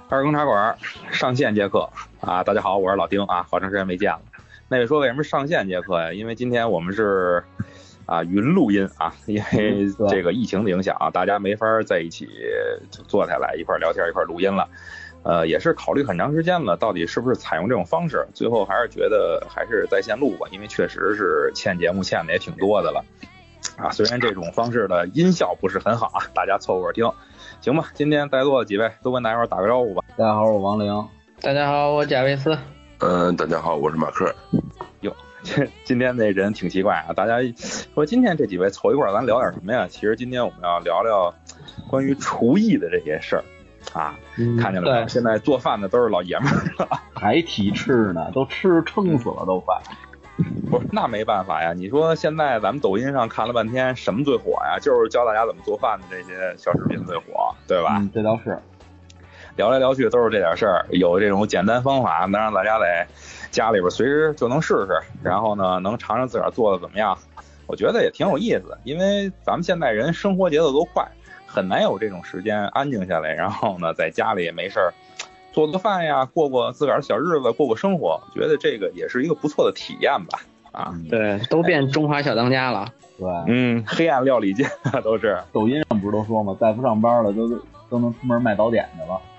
二更茶馆上线接客啊！大家好，我是老丁啊，好长时间没见了。那位说为什么上线接客呀？因为今天我们是云录音啊，因为这个疫情的影响大家没法在一起坐下来一块聊天一块录音了。也是考虑很长时间了，到底是不是采用这种方式？最后还是觉得还是在线录吧，因为确实是欠节目欠的也挺多的了啊。虽然这种方式的音效不是很好啊，大家凑合听。行吧，今天在座的几位都跟大家打个招呼吧。 大家好，我王玲。 大家好，我贾维斯。 大家好，我是马克。 哟，今天那人挺奇怪啊！大家说今天这几位凑一块咱聊点什么呀？其实今天我们要聊聊关于厨艺的这些事儿啊。看见了没有？现在做饭的都是老爷们儿了， 还提吃呢，都吃撑死了都快。 不是，那没办法呀。你说现在咱们抖音上看了半天，什么最火呀？就是教大家怎么做饭的这些小视频最火，对吧？ 这倒是。 聊来聊去都是这点事儿，有这种简单方法能让大家在家里边随时就能试试，然后呢能尝尝自个儿做的怎么样。我觉得也挺有意思，因为咱们现代人生活节奏都快，很难有这种时间安静下来，然后呢在家里也没事儿做做饭呀，过过自个儿的小日子，过过生活。我觉得这个也是一个不错的体验吧。啊， 对，都变中华小当家了。 对， 黑暗料理界都是。 抖音上不是都说嘛，再不上班了都能出门卖早点去了。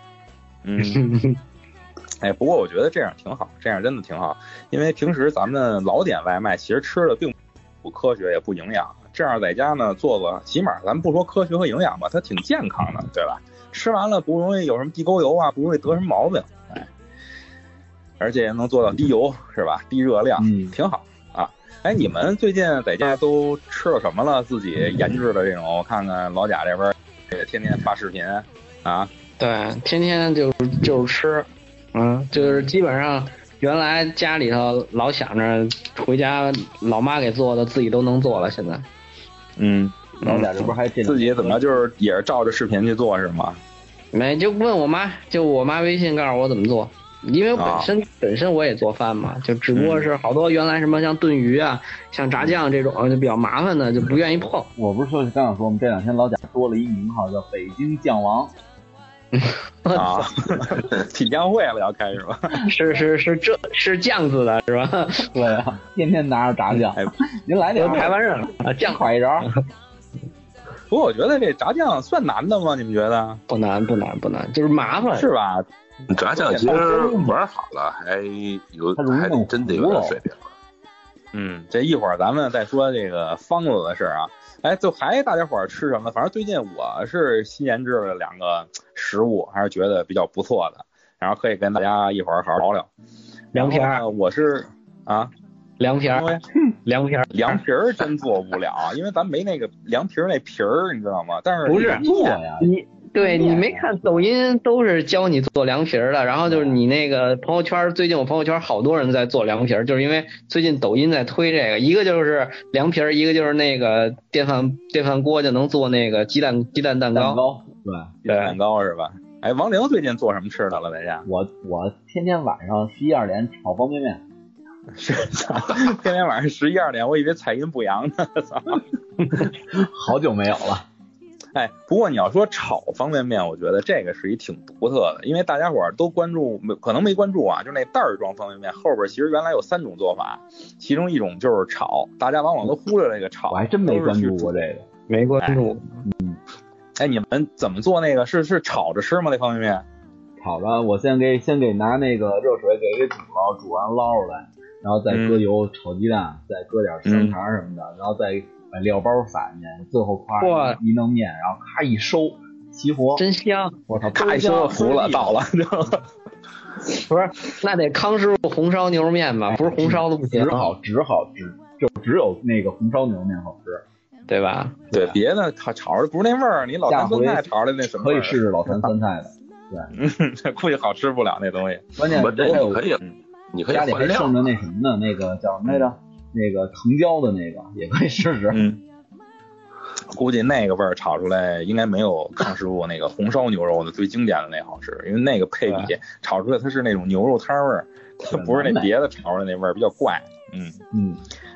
哎，不过我觉得这样挺好，这样真的挺好，因为平时咱们老点外卖，其实吃的并不科学，也不营养。这样在家呢做做，起码咱们不说科学和营养吧，它挺健康的，对吧？吃完了不容易有什么地沟油啊，不容易得什么毛病，哎，而且能做到低油，是吧？低热量，挺好啊。哎，你们最近在家都吃了什么了？自己研制的这种，我看看老贾这边也天天发视频啊。 对，天天就是吃，就是基本上原来家里头老想着回家老妈给做的，自己都能做了。现在， 老贾这不还自己怎么就是也是照着视频去做是吗？ 没，就问我妈，就我妈微信告诉我怎么做，因为本身我也做饭嘛，就只不过是好多原来什么像炖鱼啊、像炸酱这种就比较麻烦的就不愿意碰。 我不是刚想说，我们这两天老贾多了一名号叫北京酱王。 啊，体酱会了要开始吧？ 是酱字的是吧？ 对啊，天天拿着炸酱。您来点台湾人啊，酱快一勺。 不过我觉得这炸酱算难的吗？你们觉得？ 不难，就是麻烦， 是吧？ 炸酱其实玩好了，还真得有点水平。 这一会儿咱们再说这个方子的事啊。哎，就还大家伙儿吃什么？反正最近我是新研制了2个食物，还是觉得比较不错的，然后可以跟大家一会儿好好聊聊。 凉皮儿， 我是凉皮儿真做不了，因为咱没那个凉皮儿那皮儿，你知道吗？但是不是做呀， 你没看抖音都是教你做凉皮儿的，然后就是你那个朋友圈，最近我朋友圈好多人在做凉皮儿，就是因为最近抖音在推这个，一个就是凉皮儿，一个就是那个电饭锅就能做那个鸡蛋蛋糕， 对， 鸡蛋蛋糕是吧？哎，王玲最近做什么吃的了在家？ 我天天晚上11、12点炒方便面。 是，天天晚上11、12点，我以为采阴补阳呢，操！ 好久没有了。 哎，不过你要说炒方便面，我觉得这个是一挺独特的，因为大家伙儿都关注，可能没关注啊，就那袋儿装方便面后边其实原来有3种做法，其中一种就是炒，大家往往都忽略了这个炒。 我还真没关注过这个， 没关注。 哎，你们怎么做那个？是炒着吃吗？那方便面？ 炒着，我先给拿那个热水给煮了，煮完捞出来，然后再搁油炒鸡蛋，再搁点香肠什么的，然后再把料包撒进去，最后夸一弄面，然后咔一收，齐活， 真香！ 我操， 咔一收服了，倒了。 不是，那得康师傅红烧牛肉面吧？不是红烧的不行。 只有那个红烧牛肉面好吃， 对吧？ 对，别的炒的不是那味儿，你老坛酸菜炒的那什么味儿？ 可以试试老坛酸菜的。 对，估计好吃不了那东西。 关键你可以家里还剩着那什么呢？那个叫什么来着？那个藤椒的那个也可以试试。 估计那个味儿炒出来应该没有康师傅那个红烧牛肉的最经典的那好吃，因为那个配比炒出来它是那种牛肉汤味儿，它不是那别的炒出来那味儿，比较怪。不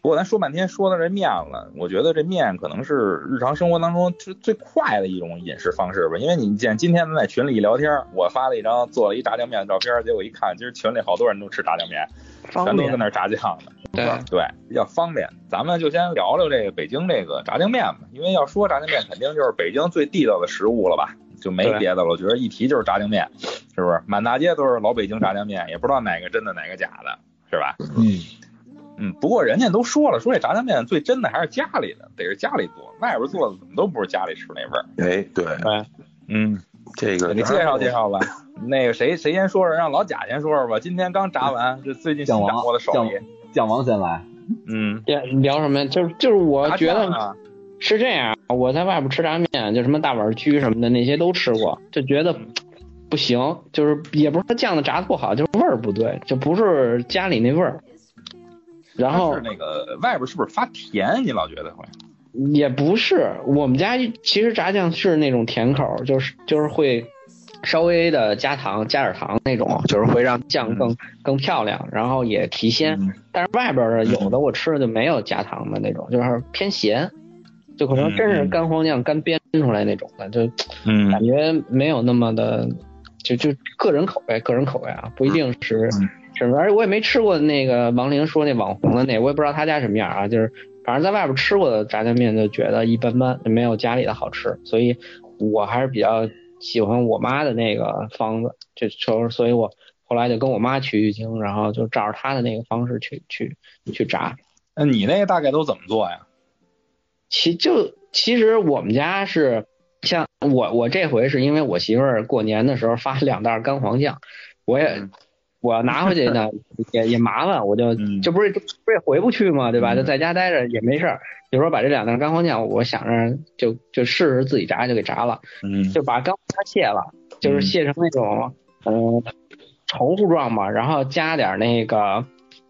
不过咱说半天说到这面了，我觉得这面可能是日常生活当中最快的一种饮食方式吧。因为你见今天咱在群里一聊天，我发了一张做了一炸酱面的照片，结果一看，其实群里好多人都吃炸酱面，全都跟那炸酱的。对，比较方便。咱们就先聊聊这个北京这个炸酱面吧，因为要说炸酱面，肯定就是北京最地道的食物了吧，就没别的了。我觉得一提就是炸酱面，是不是？满大街都是老北京炸酱面，也不知道哪个真的哪个假的，是吧？不过人家都说了，说这炸酱面最真的还是家里的，得是家里做，外边做的怎么都不是家里吃那味儿。 对，这个你介绍吧。那个谁先说说，让老贾先说说吧。今天刚炸完，这最近新掌握的手艺。 酱王先来。 聊什么？就是我觉得是这样，我在外边吃炸面，就什么大碗居什么的那些都吃过，就觉得不行，就是也不是说酱的炸的不好，就是味儿不对，就不是家里那味儿。然后是那个外边是不是发甜？你老觉得会？ 也不是，我们家其实炸酱是那种甜口，就是会稍微的加点糖那种，就是会让酱更漂亮，然后也提鲜。但是外边的有的我吃的就没有加糖的那种，就是偏咸，就可能真是干黄酱干煸出来那种的，就感觉没有那么的，就个人口味啊，不一定是。而且我也没吃过那个王玲说那网红的那，我也不知道他家什么样啊，就是反正在外边吃过的炸酱面就觉得一般般，没有家里的好吃，所以我还是比较喜欢我妈的那个方子，所以我后来就跟我妈取经，然后就照着她的那个方式去炸。 那你那个大概都怎么做呀？ 其实我们家是像我这回是因为我媳妇儿过年的时候发2袋干黄酱，我要拿回去呢也麻烦，我就不是也回不去嘛，对吧？就在家待着也没事儿，就说把这2袋干黄酱，我想着就试试自己炸，就给炸了，就把干黄酱卸了，就是卸成那种稠糊状嘛，然后加点那个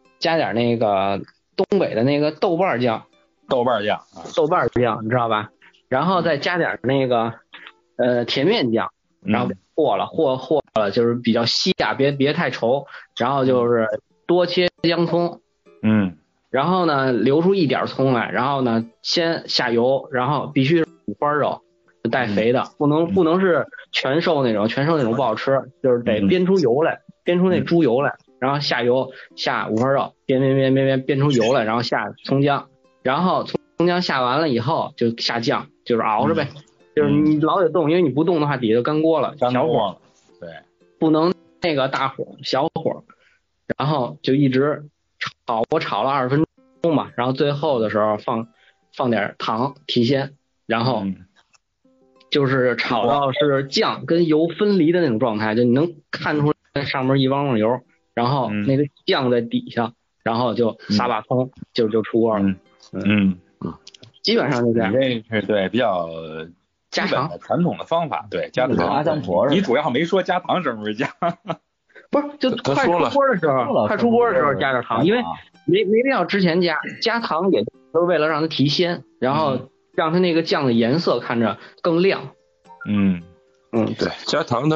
东北的那个豆瓣酱，你知道吧？然后再加点那个甜面酱，然后和了，就是比较稀啊，别太稠，然后就是多切洋葱，然后呢留出一点葱来，然后呢先下油，然后必须是五花肉，带肥的，不能是全瘦那种不好吃，就是得煸出油来，煸出那猪油来，然后下油下五花肉，煸出油来，然后下葱姜，然后葱姜下完了以后就下酱，就是熬着呗。就是你老得动，因为你不动的话底下就干锅了，小火， 对， 不能那个大火，小火，然后就一直炒，我炒了20分钟吧，然后最后的时候放点糖提鲜，然后就是炒到是酱跟油分离的那种状态，就你能看出来上面一汪汪油，然后那个酱在底下，然后就撒把葱，就出锅了，基本上就这样。 这是对比较加糖传统的方法，对，加糖。你主要没说加糖什么时候加？ 不是，就快出锅的时候加点糖，因为没必要之前加糖，也都是为了让它提鲜，然后让它那个酱的颜色看着更亮。 对，加糖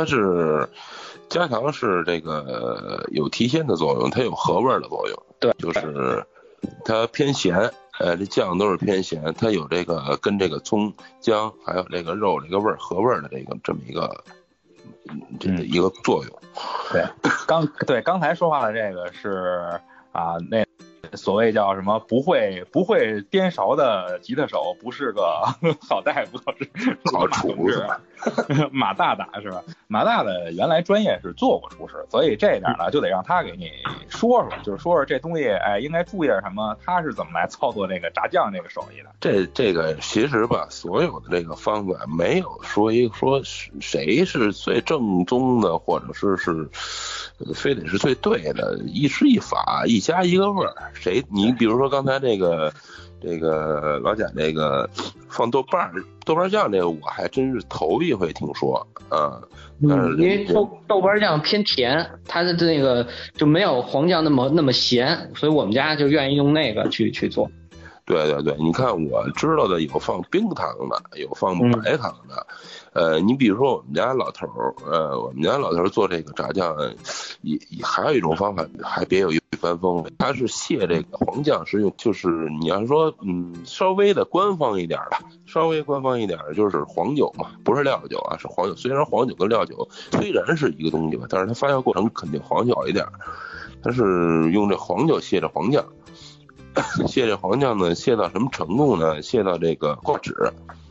是这个有提鲜的作用，它有合味的作用。 对， 就是它偏咸。这酱都是偏咸，它有这个跟这个葱姜还有这个肉这个味儿合味的这么一个作用。 对，刚才说话的这个是那所谓叫什么不会颠勺的吉他手不是个好大夫，是好厨师。 马大是吧？马大的原来专业是做过厨师，所以这点呢就得让他给你说，就是说这东西应该注意点什么，他是怎么来操作这个炸酱这个手艺的。 这个其实吧，所有的这个方法没有说谁是最正宗的，或者是非得是最对的，一师一法，一家一个味儿。你比如说刚才这个老贾这个放豆瓣酱，这个我还真是头一回听说因为豆瓣酱偏甜，它的那个就没有黄酱那么咸，所以我们家就愿意用那个去做。 对，你看我知道的有放冰糖的，有放白糖的， 你比如说我们家老头做这个炸酱，也还有一种方法，还别有一番风味。他是卸这个黄酱是用，就是你要说稍微的官方一点的，就是黄酒嘛，不是料酒啊，是黄酒。虽然黄酒跟料酒虽然是一个东西吧，但是它发酵过程肯定黄酒好一点。它是用这黄酒卸这黄酱，卸这黄酱呢，卸到什么程度呢？卸到这个挂纸。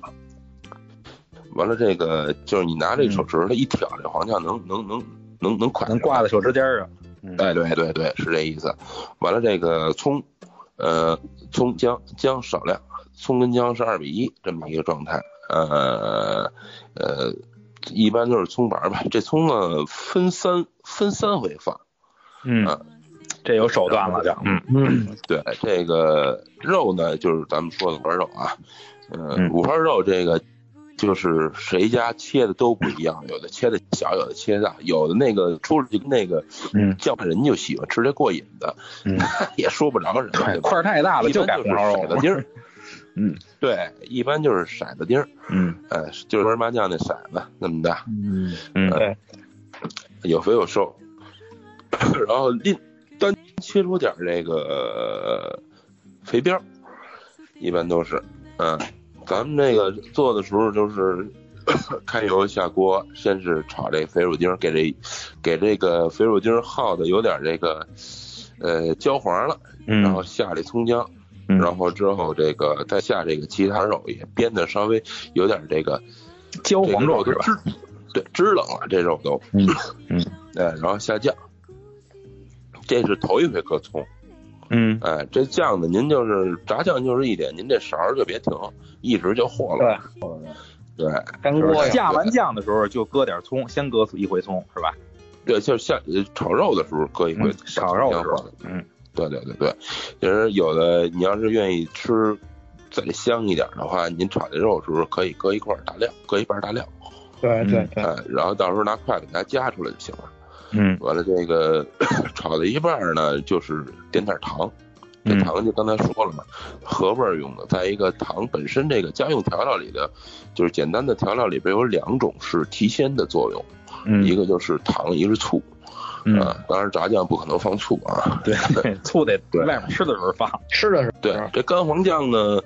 完了，这个就是你拿这个手指头一挑，这黄酱能快， 能挂在手指尖上。 哎，对，是这意思。完了，这个葱姜少量，葱跟姜是2:1这么一个状态。一般都是葱白吧。这葱呢分三回放。 这有手段了就。 对，这个肉呢就是咱们说的五花肉啊。五花肉这个。就是谁家切的都不一样，有的切的小，有的切的大，有的那个出去那个叫人就喜欢吃这过瘾的，也说不着人， 对，块太大了就改红烧肉的丁儿，对，一般就是骰子丁儿，就是玩麻将那骰子那么大， 对， 有肥有瘦，然后单切出点这个肥膘，一般都是，咱们这个做的时候就是开油下锅，先是炒这肥肉丁，给这个肥肉丁耗的有点这个焦黄了，然后下这葱姜，然后之后这个再下这个其他肉，也煸的稍微有点这个焦黄肉是吧？ 对，支冷了这肉都，然后下酱，这是头一回搁葱。这酱呢，您就是炸酱就是一点，您这勺就别停，一直就和了。对， 干锅下完酱的时候就搁点葱，先搁一回葱是吧？ 对，就是炒肉的时候搁一回。 炒肉的时候， 对，就是有的你要是愿意吃再香一点的话，您炒这肉的时候可以搁一块大料，搁一半大料。 对， 然后到时候拿筷子给它夹出来就行了。完了这个炒到一半呢，就是点点糖，这糖就刚才说了嘛，合味用的。再一个糖本身这个家用调料里的，就是简单的调料里边有2种是提鲜的作用，一个就是糖，一个是醋。当然炸酱不可能放醋啊， 对，醋得外面吃的时候放， 吃的时候。 对，这干黄酱呢，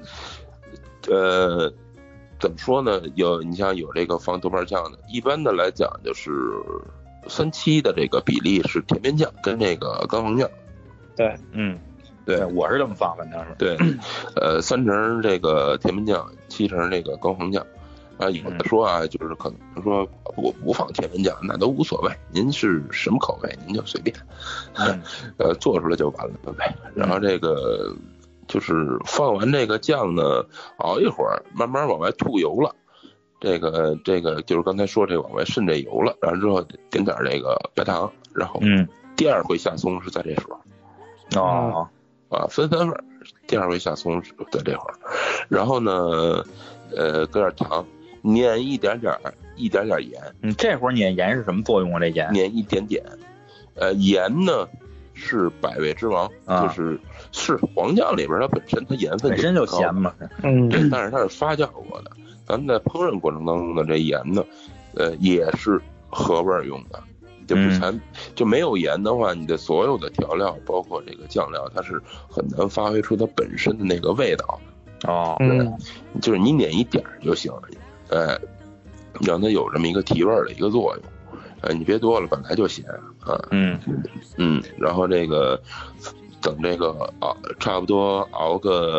怎么说呢？你像有这个放豆瓣酱的，一般的来讲就是3:7的这个比例是甜面酱跟这个干黄酱。 对， 对，我是这么放，反正是。 对，3成这个甜面酱，7成这个干黄酱。有的说啊，就是可能说我不放甜面酱，那都无所谓，您是什么口味您就随便，做出来就完了呗。然后这个就是放完这个酱呢，熬一会儿，慢慢往外吐油了。这个就是刚才说这个往外渗这油了，然后之后点点这个白糖，然后第2回下葱是在这时候。分3份，第2回下葱是在这会儿，然后呢，搁点糖，碾一点点盐。 这会儿碾盐是什么作用啊？这盐碾一点点，盐呢是百味之王，就是黄酱里边它本身它盐分本身就咸嘛， 对，但是它是发酵过的。咱们在烹饪过程当中的这盐呢，也是合味用的。就没有盐的话，你的所有的调料，包括这个酱料，它是很难发挥出它本身的那个味道。就是你碾一点就行，让它有这么一个提味的一个作用。你别多了，本来就咸啊。然后这个等这个差不多熬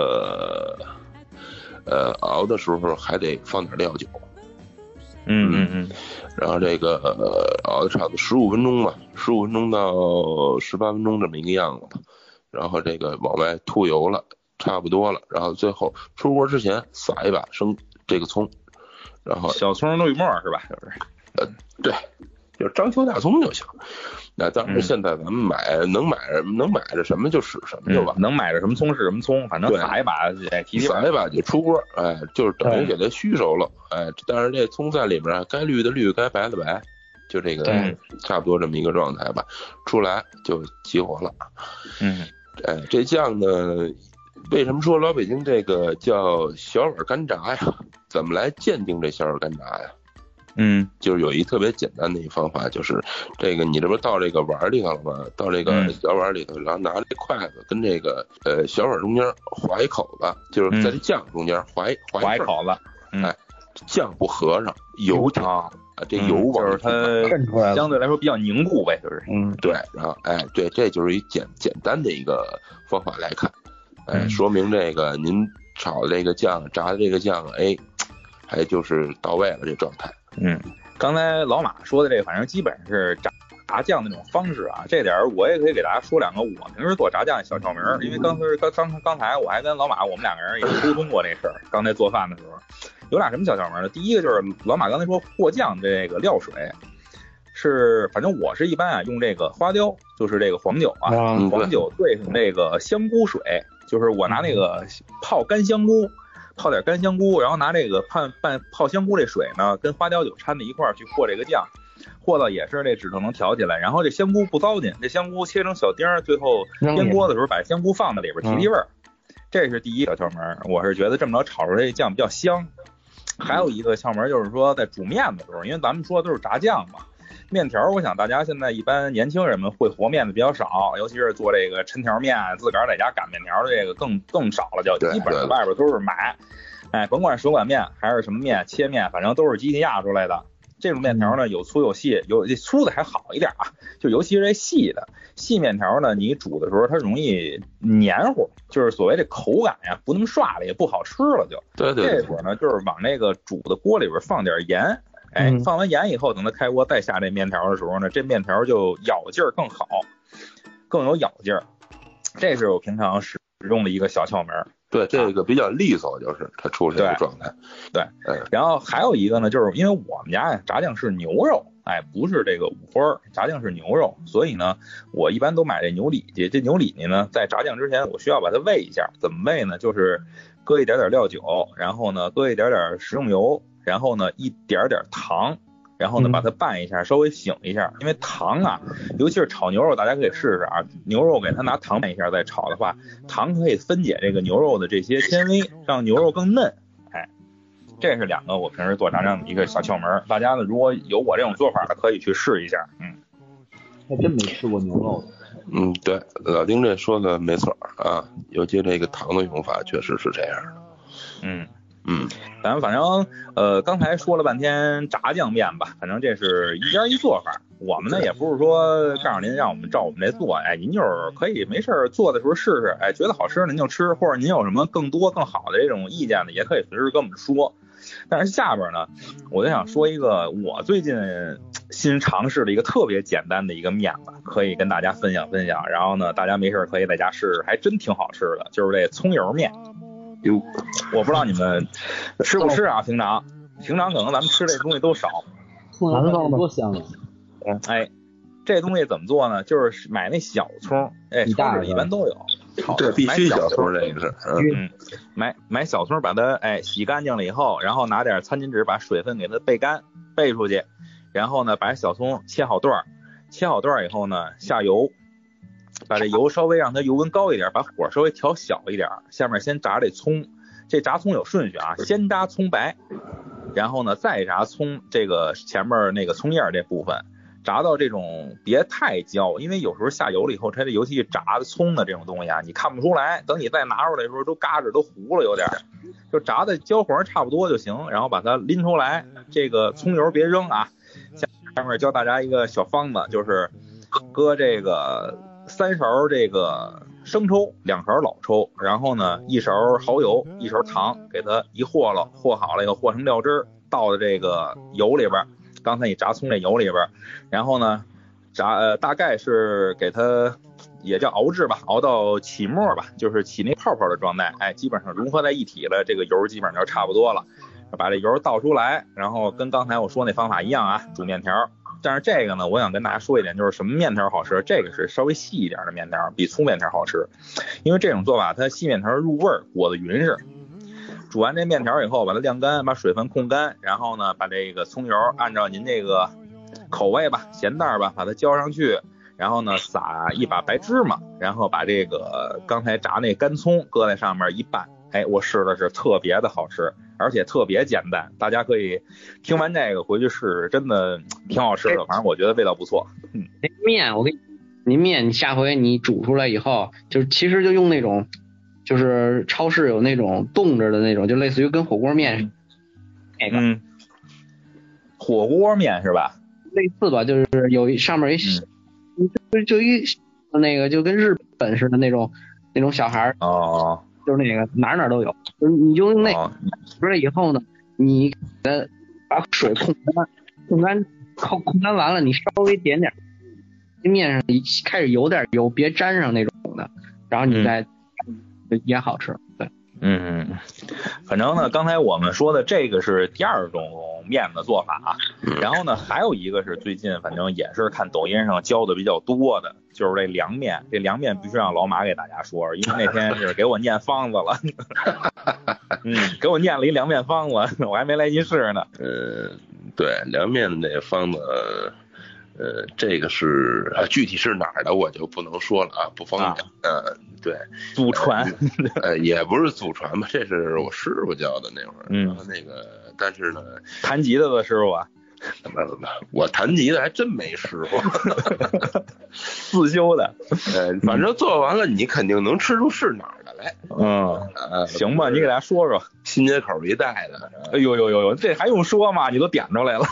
的时候还得放点料酒。然后这个熬的差不多15分钟吧，15分钟到18分钟这么一个样子。然后这个往外吐油了，差不多了。然后最后出锅之前撒一把这个葱，然后小葱绿末是吧？就是对，就是章丘大葱就行。那当然现在咱们能买着什么就使什么就完， 能买着什么葱是什么葱，反正撒一把撒一把就出锅，就是等于给它虚熟了，但是这葱在里边该绿的绿，该白的白，就这个差不多这么一个状态吧，出来就起火了。这酱呢，为什么说老北京这个叫小碗干炸呀？怎么来鉴定这小碗干炸呀？ 就是有一特别简单的一方法，就是这个你这不到这个碗里头了吗？到这个小碗里头，然后拿这筷子跟这个小碗中间划一口子，就是在这酱中间划一口子， 哎，酱不合上，油挺啊，这油往就是它相对来说比较凝固呗，就是对，然后对，这就是一简单的一个方法来看，说明这个您炒的这个酱，炸的这个酱，还就是到位了这状态。 刚才老马说的这个，反正基本是炸酱那种方式啊，这点我也可以给大家说两个我平时做炸酱的小窍门，因为刚才我还跟老马我们两个人也沟通过这事儿。刚才做饭的时候，有俩什么小窍门呢？第一个就是老马刚才说和酱这个料水是，反正我是一般用这个花雕，就是这个黄酒黄酒兑上这个香菇水，就是我拿那个泡干香菇。泡点干香菇，然后拿这个泡香菇这水呢，跟花雕酒掺在一块儿去和这个酱，和到也是这指头能挑起来。然后这香菇不糟践，这香菇切成小丁儿，最后煸锅的时候把香菇放在里边提味儿，这是第一小窍门。我是觉得这么着炒出来这酱比较香。还有一个窍门就是说，在煮面的时候，因为咱们说的都是炸酱嘛。面条，我想大家现在一般年轻人们会和面的比较少，尤其是做这个抻条面，自个儿在家擀面条的这个更少了，就基本上外边都是买，甭管手擀面还是什么面切面，反正都是机器压出来的。这种面条呢，有粗有细，有这粗的还好一点啊，就尤其是这细的细面条呢，你煮的时候它容易黏糊，就是所谓这口感呀不那么刷了，也不好吃了就。 对， 这会儿呢，就是往那个煮的锅里边放点盐。放完盐以后，等它开锅再下这面条的时候呢，这面条就咬劲儿更好，更有咬劲儿。这是我平常使用的一个小窍门。 对，这个比较利索，就是它出来的状态。 对，然后还有一个呢，就是因为我们家炸酱是牛肉，不是这个五花，炸酱是牛肉，所以呢，我一般都买这牛里脊。这牛里脊呢，在炸酱之前，我需要把它煨一下。怎么煨呢？就是搁一点料酒，然后呢，搁一点食用油。然后呢，一点糖，然后呢，把它拌一下，稍微醒一下。因为糖啊，尤其是炒牛肉，大家可以试试啊。牛肉给它拿糖拌一下再炒的话，糖可以分解这个牛肉的这些纤维，让牛肉更嫩。这是两个我平时做炸酱的一个小窍门。大家呢，如果有我这种做法的，可以去试一下。 还真没吃过牛肉。 对，老丁这说的没错啊，尤其这个糖的用法确实是这样的。 咱们反正刚才说了半天炸酱面吧，反正这是一家一做法。我们呢也不是说告诉您让我们照我们这做，您就是可以没事做的时候试试，觉得好吃您就吃，或者您有什么更多更好的这种意见呢，也可以随时跟我们说。但是下边呢，我就想说一个我最近新尝试的一个特别简单的一个面吧，可以跟大家分享。然后呢，大家没事可以在家试试，还真挺好吃的，就是这葱油面。我不知道你们吃不吃啊？平常可能咱们吃这东西都少。 南方多香啊！ 这东西怎么做呢？就是买那小葱，超市一般都有。 对，必须小葱，这个是。 买小葱，把它洗干净了以后，然后拿点餐巾纸把水分给它焙干，焙出去。然后呢，把小葱切好段以后呢，下油。把这油稍微让它油温高一点，把火稍微调小一点，下面先炸这葱。这炸葱有顺序啊，先炸葱白，然后呢再炸葱这个前面那个葱叶这部分，炸到这种别太焦，因为有时候下油了以后，它这尤其炸的葱的这种东西啊，你看不出来，等你再拿出来的时候都嘎吱都糊了有点，就炸的焦黄差不多就行，然后把它拎出来，这个葱油别扔啊。下面教大家一个小方子，就是搁这个3勺这个生抽，2勺老抽，然后呢1勺蚝油，1勺糖，给它一和了，和好了以后和成料汁儿，倒到这个油里边，刚才你炸葱这油里边，然后呢大概是给它也叫熬制吧，熬到起沫吧，就是起那泡泡的状态，基本上融合在一起了，这个油基本上就差不多了，把这油倒出来，然后跟刚才我说那方法一样啊，煮面条。但是这个呢，我想跟大家说一点，就是什么面条好吃，这个是稍微细一点的面条，比粗面条好吃。因为这种做法它细面条入味儿，裹得匀实。煮完这面条以后，把它晾干，把水分控干，然后呢，把这个葱油按照您这个口味吧，咸淡吧，把它浇上去，然后呢撒一把白芝麻，然后把这个刚才炸那干葱搁在上面一拌，我试的是特别的好吃。 而且特别简单，大家可以听完这个回去试试，真的挺好吃的，反正我觉得味道不错。 面我给你面，你下回你煮出来以后，就是其实就用那种，就是超市有那种冻着的那种，就类似于跟火锅面那个， 火锅面是吧？ 类似吧，就是有上面就一那个就跟日本似的那种小孩哦， 就是那个哪都有，就是你就用那出来以后呢，你把水控干完了，你稍微点点面上开始有点油，别沾上那种的，然后你再也好吃。对， 反正呢，刚才我们说的这个是第二种面的做法，然后呢，还有一个是最近反正也是看抖音上教的比较多的，就是这凉面。这凉面必须让老马给大家说，因为那天是给我念方子了，给我念了一凉面方子，我还没来及试呢。 对，凉面那方子。这个是具体是哪儿的我就不能说了啊，不方便。对， 祖传， 也不是祖传吧，这是我师傅教的那会儿。然后那个，但是呢， 弹吉他的师傅啊， 我弹吉他还真没师傅， 自修的。 反正做完了你肯定能吃出是哪儿的来。 行吧，你给大家说说。 新街口一带的。 哎呦，这还用说吗？你都点出来了。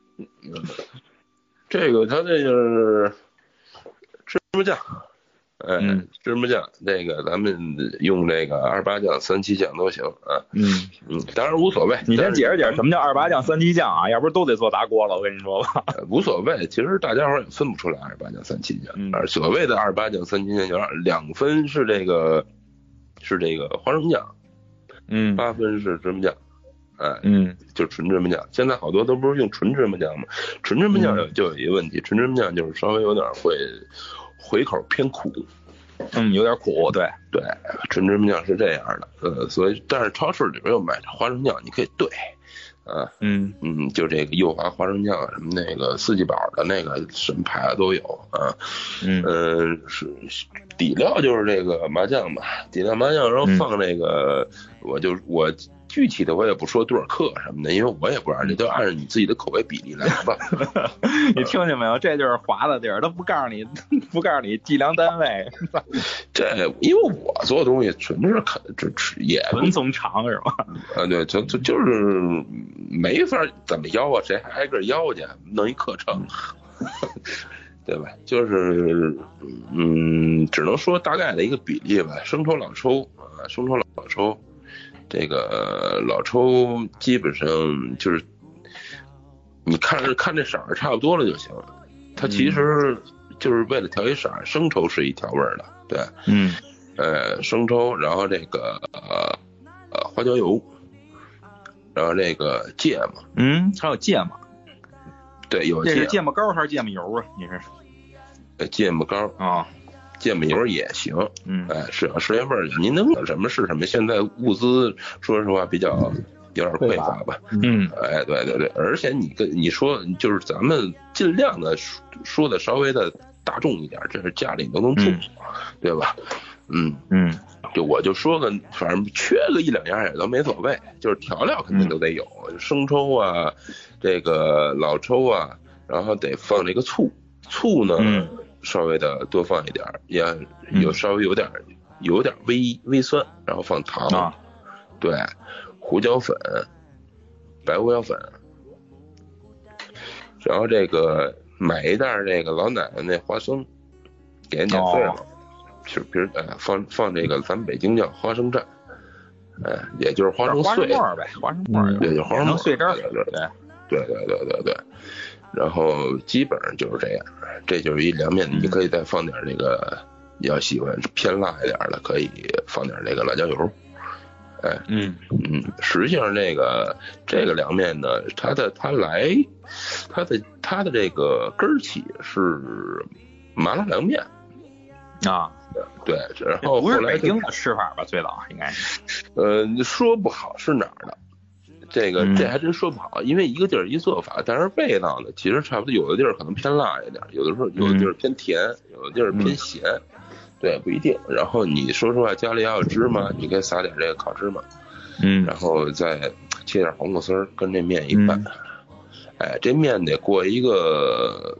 这个它这是芝麻酱，芝麻酱，这个咱们用这个28酱、37酱都行啊。当然无所谓。 你先解释什么叫28酱、37酱啊？要不都得做大锅了，我跟你说吧。 无所谓，其实大家伙也分不出来28酱、37酱。所谓的28酱、37酱，2分是这个花生酱，8分是芝麻酱。就纯芝麻酱，现在好多都不是用纯芝麻酱吗？纯芝麻酱就有一个问题，纯芝麻酱就是稍微有点会回口偏苦， 有点苦，对， 纯芝麻酱是这样的，所以但是超市里边有买花生酱，你可以兑，就这个幼华花生酱什么那个四季宝的那个什么牌子都有啊，是底料就是这个麻酱吧，底料麻酱，然后放这个，我具体的我也不说多少克什么的，因为我也不知道，这都按照你自己的口味比例来吧。 你听见没有？这就是滑的地儿，他不告诉你计量单位。 这因为我做东西纯是吃也纯从长是吧？ 对，就是没法怎么腰啊，谁还挨个腰去弄一克秤，对吧？就是只能说大概的一个比例吧。生抽老抽。这个老抽基本上就是你看这色儿差不多了就行，它其实就是为了调一色儿，生抽是一调味的，对，生抽，然后这个花椒油，然后这个芥末， 还有芥末， 对，有这是芥末膏还是芥末油啊？你是芥末膏啊。芥末油也行，是要10月份您能有什么是什么？现在物资说实话比较有点匮乏吧，对，而且你说就是咱们尽量的说的稍微的大众一点，这是家里都能种，对吧？我就说个，反正缺个1-2样也都没所谓，就是调料肯定都得有，生抽啊，这个老抽啊，然后得放这个醋呢。稍微的多放一点，也有稍微有点微酸，然后放糖，对，胡椒粉、白胡椒粉，然后这个买一袋这个老奶奶那花生，给人减碎了，就比如放这个咱们北京叫花生蘸，也就是花生碎末呗，花生末， 对，就花生碎渣， 对。然后基本上就是这样，这就是一凉面，你可以再放点这个，要喜欢偏辣一点的，可以放点这个辣椒油。实际上这个凉面呢，它的这个根儿起是麻辣凉面啊， 对，然后不是北京的吃法吧？最早应该是， 说不好是哪儿的。这还真说不好，因为一个地儿一做法，但是味道呢其实差不多，有的地儿可能偏辣一点，有的时候有的地儿偏甜，有的地儿偏咸，对，不一定。然后你说实话，家里要有芝麻，你可以撒点这个烤芝麻，然后再切点黄瓜丝儿，跟这面一拌。哎，这面得过一个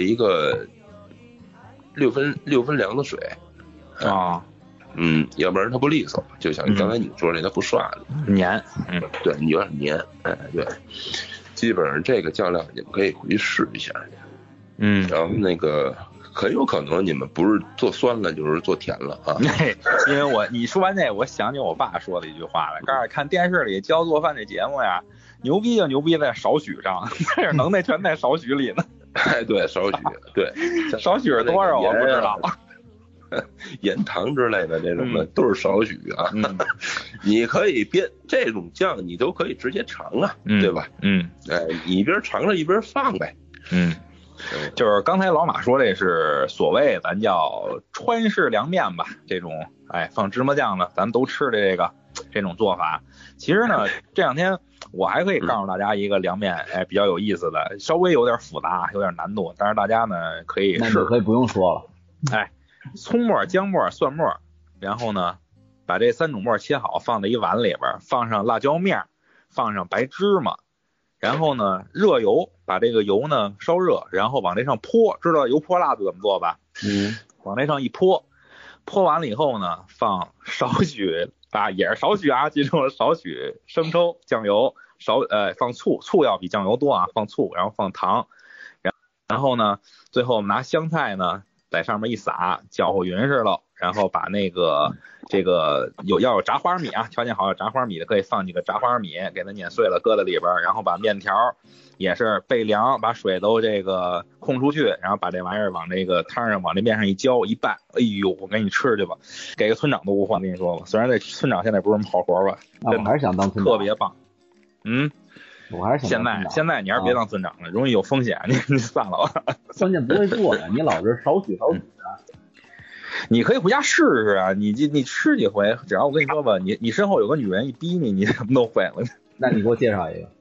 6分凉的水啊。 要不然它不利索，就像刚才你说这，它不涮了， 黏。 对，你有点黏。哎，对，基本上这个酱料你们可以回去试一下。然后那个很有可能你们不是做酸了，就是做甜了啊。 因为你说完这，我想起我爸说的一句话来，告诉看电视里教做饭这节目呀，牛逼就牛逼在少许上，但是能耐全在少许里呢。 哎，对，少许，对， 少许是多少我不知道。 盐糖之类的这种的都是少许啊。你可以这种酱你都可以直接尝啊，对吧？哎，你一边尝着一边放呗。 就是刚才老马说这是所谓咱叫川式凉面吧，这种放芝麻酱的咱们都吃的这种做法。其实呢，这两天我还可以告诉大家一个凉面，比较有意思的，稍微有点复杂，有点难度，但是大家呢可以试。 那可以不用说了。 葱末、姜末、蒜末，然后呢把这3种末切好，放在一碗里边，放上辣椒面，放上白芝麻，然后呢热油，把这个油呢烧热，然后往这上泼，知道油泼辣子怎么做吧？往这上一泼，泼完了以后呢，放少许也是少许啊，记住了，少许生抽、酱油，放醋要比酱油多啊，放醋，然后放糖，然后呢，最后我们拿香菜呢在上面一撒，搅和匀似了，然后把这个要有炸花米啊，条件好有炸花米的可以放几个炸花米，给它碾碎了搁在里边，然后把面条也是备凉，把水都控出去，然后把这玩意儿往这个汤上往这面上一浇一拌，哎呦，我给你吃去吧，给个村长都无话跟你说吧，虽然这村长现在不是什么好活吧， 我还是想当村长， 特别棒。 我还是想现在你还是别当村长了，容易有风险，你算了吧。 关键不会做呀，你老是少许的。 你可以回家试试啊，你吃几回，只要我跟你说吧，你身后有个女人一逼你什么都会了。 那你给我介绍一个。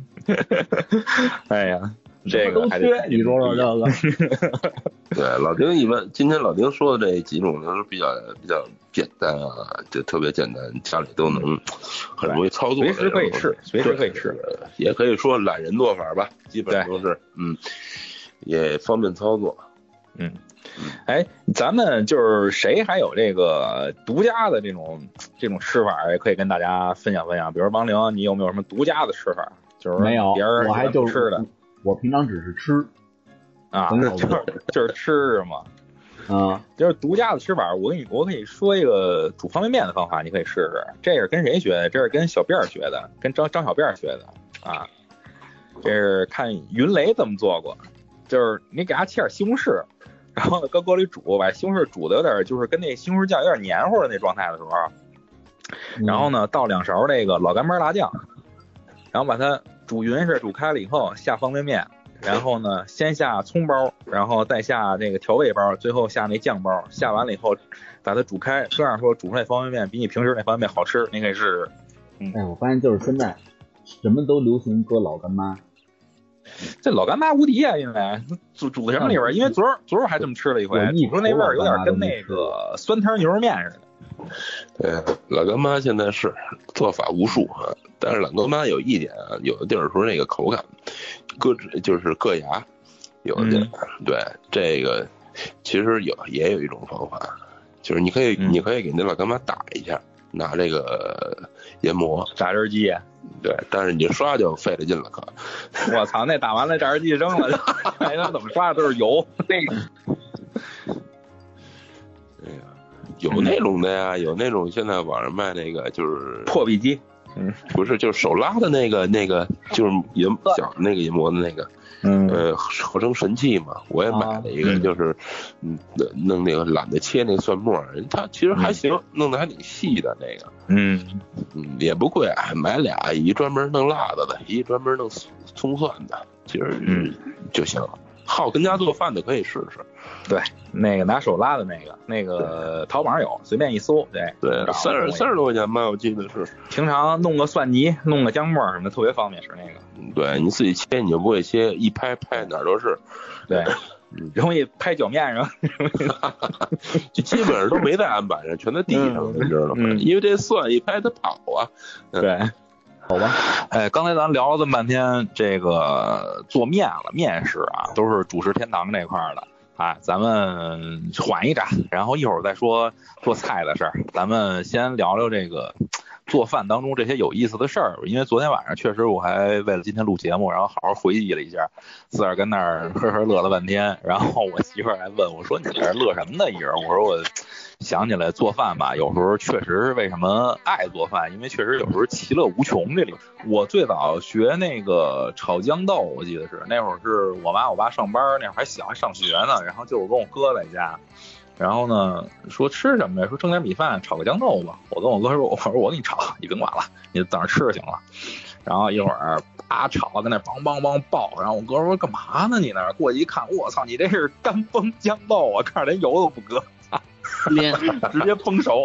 哎呀，这个还得你说说这个。 对，老丁今天老丁说的这几种都是比较简单啊，就特别简单，家里都能很容易操作， 随时可以试， 也可以说懒人做法吧，基本都是也方便操作。 咱们就是谁还有这个独家的这种吃法，也可以跟大家分享分享。比如王玲，你有没有什么独家的吃法？就是没有， 别人我还就吃的。 我平常只是吃啊，就是吃是吗？就是独家的吃法。我可以说一个煮方便面的方法，你可以试试。这是跟谁学的？这是跟小辫学的，跟张小辫学的啊。这是看云雷怎么做过，就是你给他切点西红柿。然后呢，搁锅里煮，把西红柿煮的有点就是跟那西红柿酱有点黏糊的那状态的时候，然后呢倒2勺这个老干妈辣酱，然后把它煮匀是煮开了以后下方便面，然后呢先下葱包，然后再下这个调味包，最后下那酱包，下完了以后把它煮开，这样说煮出来方便面比你平时那方便面好吃，你可以试试。 我发现就是现在什么都流行搁老干妈。 这老干妈无敌啊！因为煮的什么里边？因为昨儿还这么吃了一回，煮出那味儿有点跟那个酸汤牛肉面似的。 对，老干妈现在是做法无数啊，但是老干妈有一点啊，有的地儿说那个口感就是硌牙，有的地儿、对这个其实也有一种方法，就是你可以给那老干妈打一下，拿这个研磨榨汁机。 对，但是你刷就费了劲了，可。 我操，那打完了榨汁机扔了，哎，那怎么刷都是油。那个， 哎呀，有那种的呀，有那种现在网上卖那个就是破壁机， 不是，就是手拉的那个，就是小那个研磨的那个。合成神器嘛，我也买了一个，就是弄那个懒得切那个蒜末，它其实还行，弄得还挺细的那个，也不贵，买俩，一专门弄辣的，一专门弄葱蒜的，其实就行。好跟家做饭的可以试试。 对，那个拿手拉的那个淘宝上有，随便一搜，对 ，30多块钱吧，我记得是。 平常弄个蒜泥，弄个姜末什么的，特别方便吃那个。 对，你自己切你就不会切，一拍哪儿都是。 对，容易拍脚面上。 就基本上都没在案板上，全在地上，你知道吗？因为这蒜一拍它跑啊。 对。 好吧。 刚才咱聊了这么半天，这个做面食啊，都是主食天堂这块的。咱们缓一站，然后一会儿再说做菜的事儿。咱们先聊聊这个做饭当中这些有意思的事儿。因为昨天晚上确实我还为了今天录节目，然后好好回忆了一下，自个儿跟那儿呵呵乐了半天。然后我媳妇儿还问我说：“你在这乐什么呢？”一人我说：“我想起来做饭吧，有时候确实是为什么爱做饭，因为确实有时候其乐无穷。这里我最早学那个炒豇豆，我记得是那会儿是我妈我爸上班，那会儿还小还上学呢，然后就我跟我哥在家。”然后呢，说吃什么呀？说蒸点米饭，炒个豇豆吧。我跟我哥说，我说我给你炒，你甭管了，你等着吃就行了。然后一会儿炒，在那梆梆梆爆。然后我哥说干嘛呢？你那儿过去一看，我操，你这是干崩豇豆啊！看着连油都不搁，直接崩熟。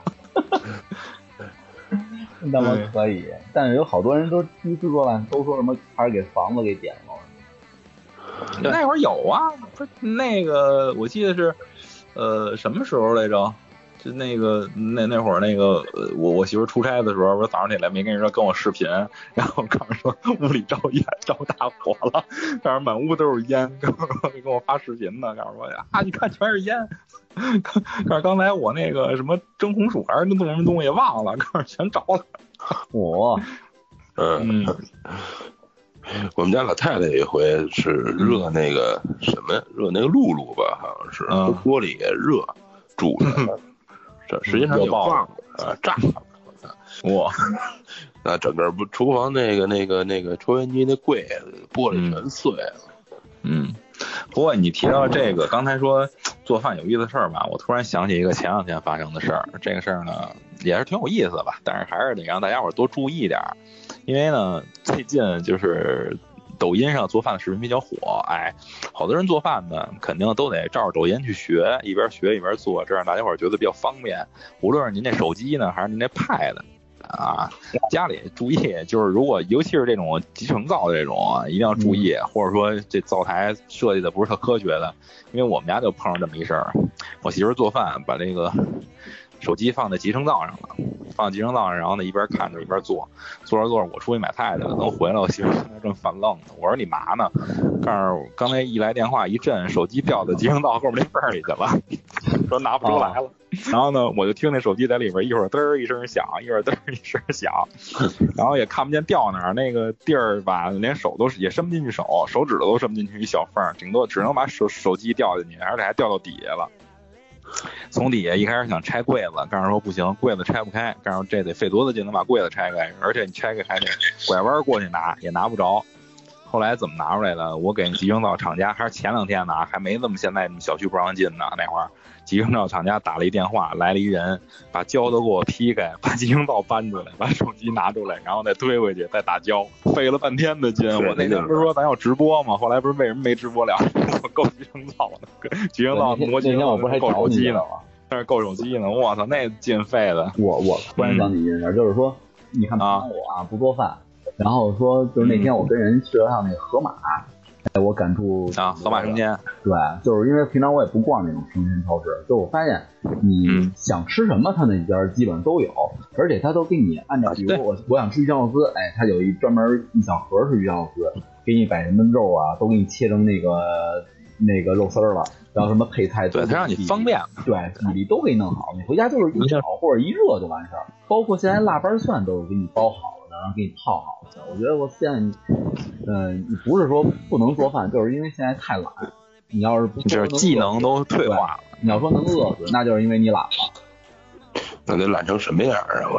那么可以，但是有好多人都第一次做饭都说什么还是给房子给点了。 那会儿有啊，不是那个我记得是。什么时候来着？就那个那会儿那个我媳妇出差的时候，我早上起来没跟人说跟我视频，然后告诉说屋里着烟着大火了，告诉满屋都是烟，跟我发视频呢，告诉我你看全是烟，告诉刚才我那个什么蒸红薯还是弄什么东西忘了，告诉全着了。 我们家老太太有一回是热那个什么，热那个露露吧，好像是锅里热煮的，这实际上有放炸哇！那整个厨房那个抽烟机那柜子玻璃全碎了。 不过你提到这个，刚才说做饭有意思的事儿吧，我突然想起一个前两天发生的事儿。这个事儿呢也是挺有意思的吧，但是还是得让大家伙多注意点。因为呢，最近就是抖音上做饭的视频比较火，好多人做饭呢，肯定都得照着抖音去学，一边学一边做，这样大家伙觉得比较方便。无论是您这手机呢，还是您这 pad 家里注意，就是如果尤其是这种集成灶的这种一定要注意，或者说这灶台设计的不是特科学的，因为我们家就碰上这么一事儿，我媳妇做饭把这个手机放在集成灶上了，然后呢一边看着一边做着，我出去买菜去了，等回来我媳妇在那正犯愣呢，我说你嘛呢？告诉刚才一来电话一震，手机掉到集成灶后面那缝里去了，说拿不出来了。然后呢，我就听那手机在里边一会儿嘚儿一声响，一会儿嘚儿一声响，然后也看不见掉哪儿，那个地儿吧，连手都也伸不进去手指头都伸不进去一小缝，顶多只能把手机掉进去，而且还掉到底下了。从底下一开始想拆柜子，告诉说不行，柜子拆不开，告诉这得费多大劲能把柜子拆开，而且你拆开还得拐弯过去拿，也拿不着。后来怎么拿出来的？我给集成灶厂家，还是前2天呢，还没这么现在小区不让进呢。那会儿集成灶厂家打了一电话，来了一人，把胶都给我劈开，把集成灶搬出来，把手机拿出来，然后再推回去，再打胶，费了半天的劲。我那天不是说咱要直播吗？后来不是为什么没直播了？我够集成灶呢，集成灶模型我不是还够手机呢吗？ 但是够手机呢，我操，那劲费的。 我突然想起一件事，就是说，你看我不做饭。然后说，就是那天我跟人去了趟那个盒马，我感触盒马生鲜。 对，就是因为平常我也不逛那种生鲜超市，就我发现你想吃什么，他那家基本都有，而且他都给你按照，比如我想吃鱼香肉丝，他有一专门一小盒是鱼香肉丝，给你把什么肉啊都给你切成那个肉丝了，然后什么配菜， 对，他让你方便， 对，比例都给你弄好，你回家就是一炒或者一热就完事儿，包括现在腊八蒜都是给你包好。然后给你泡好的，我觉得我现在，你不是说不能做饭，就是因为现在太懒。你要是就是技能都退化了， 你要说能饿死，那就是因为你懒了。 那得懒成什么样啊？我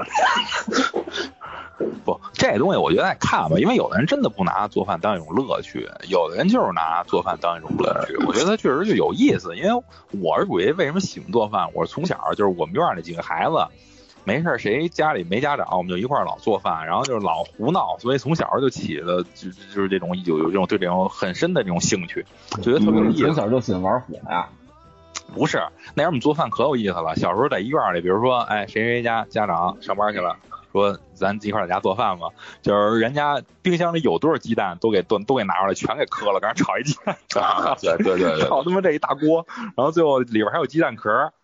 不，这东西我觉得爱看吧，因为有的人真的不拿做饭当一种乐趣，有的人就是拿做饭当一种乐趣。我觉得确实就有意思，因为我是属于为什么喜欢做饭，我是从小就是我们院里几个孩子。没事，谁家里没家长，我们就一块老做饭，然后就是老胡闹，所以从小就起了就是这种有这种对这种很深的这种兴趣，觉得特别有意思。 从小就喜欢玩火呀？ 不是，那时候我们做饭可有意思了。小时候在医院里，比如说，谁家长上班去了，说咱一块在家做饭吧，就是人家冰箱里有多少鸡蛋都给拿出来，全给磕了，赶上炒一鸡蛋。 对， 炒他妈这一大锅，然后最后里边还有鸡蛋壳。然后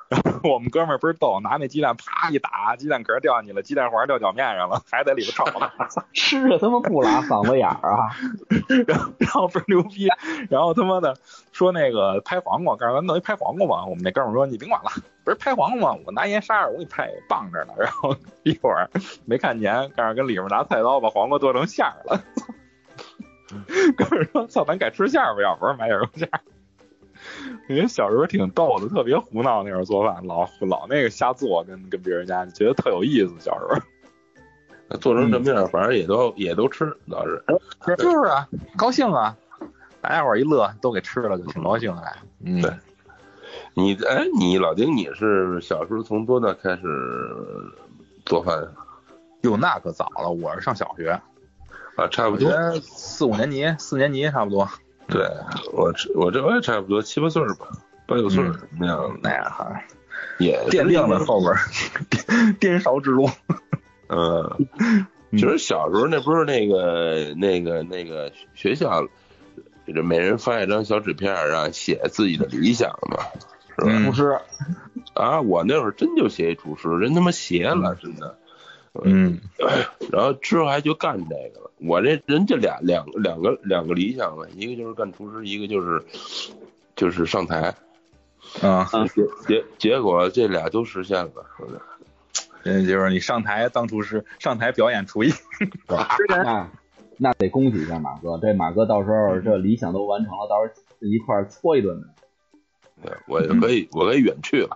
我们哥们儿倍儿逗，拿那鸡蛋啪一打，鸡蛋壳掉进去了，鸡蛋黄掉脚面上了，还在里边炒呢。 吃着他妈不拉嗓子眼儿啊！ 然后倍儿牛逼，然后他妈的说那个拍黄瓜，告诉咱弄一拍黄瓜吧。我们那哥们儿说你甭管了，不是拍黄瓜吗？我拿盐沙着我给你拍，棒着呢。然后一会儿没看见，告诉跟里面拿菜刀把黄瓜剁成馅儿了。哥们儿说操，咱改吃馅儿吧，要不是买点肉馅儿。因为小时候挺逗的，特别胡闹，那会儿做饭老那个瞎做，跟别人家觉得特有意思。小时候做成什么样，反正也都吃，倒是就是啊，高兴啊，大家伙儿一乐都给吃了，就挺高兴的。 对。你老丁，你是小时候从多大开始做饭？ 哟，那可早了，我是上小学啊，差不多 4、5年级，4年级差不多。 对，我这也差不多7、8岁吧，8、9岁那样。 那样哈， 也奠定了后边颠勺之路。 其实小时候那不是那个学校，每人发一张小纸片，让写自己的理想嘛，是吧？ 厨师啊，我那会儿真就写一厨师，人他妈邪了，真的。然后之后还就干这个了。我这人就两个理想了，一个就是干厨师，一个就是上台啊。 结果这俩都实现了，是不是？ 就是你上台当厨师，上台表演厨艺。 那得恭喜一下马哥，这马哥到时候这理想都完成了，到时候一块搓一顿的。 对，我可以远去了。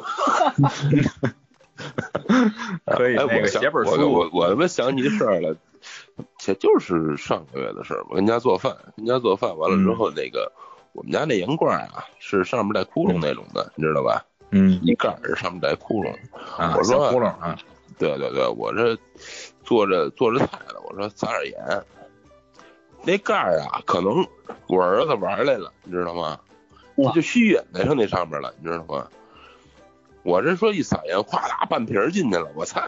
可以，那个写本书。 我他妈想起事儿了，就是上个月的事儿。我跟家做饭完了之后，那个我们家那盐罐啊，是上面带窟窿那种的，你知道吧？一盖是上面带窟窿。我说窟窿啊， 对，我这做着菜了，我说撒点盐。那盖啊，可能我儿子玩来了，你知道吗？他就虚眼在上那上面了，你知道吗？我这说一撒盐，哗啦半瓶进去了，我操！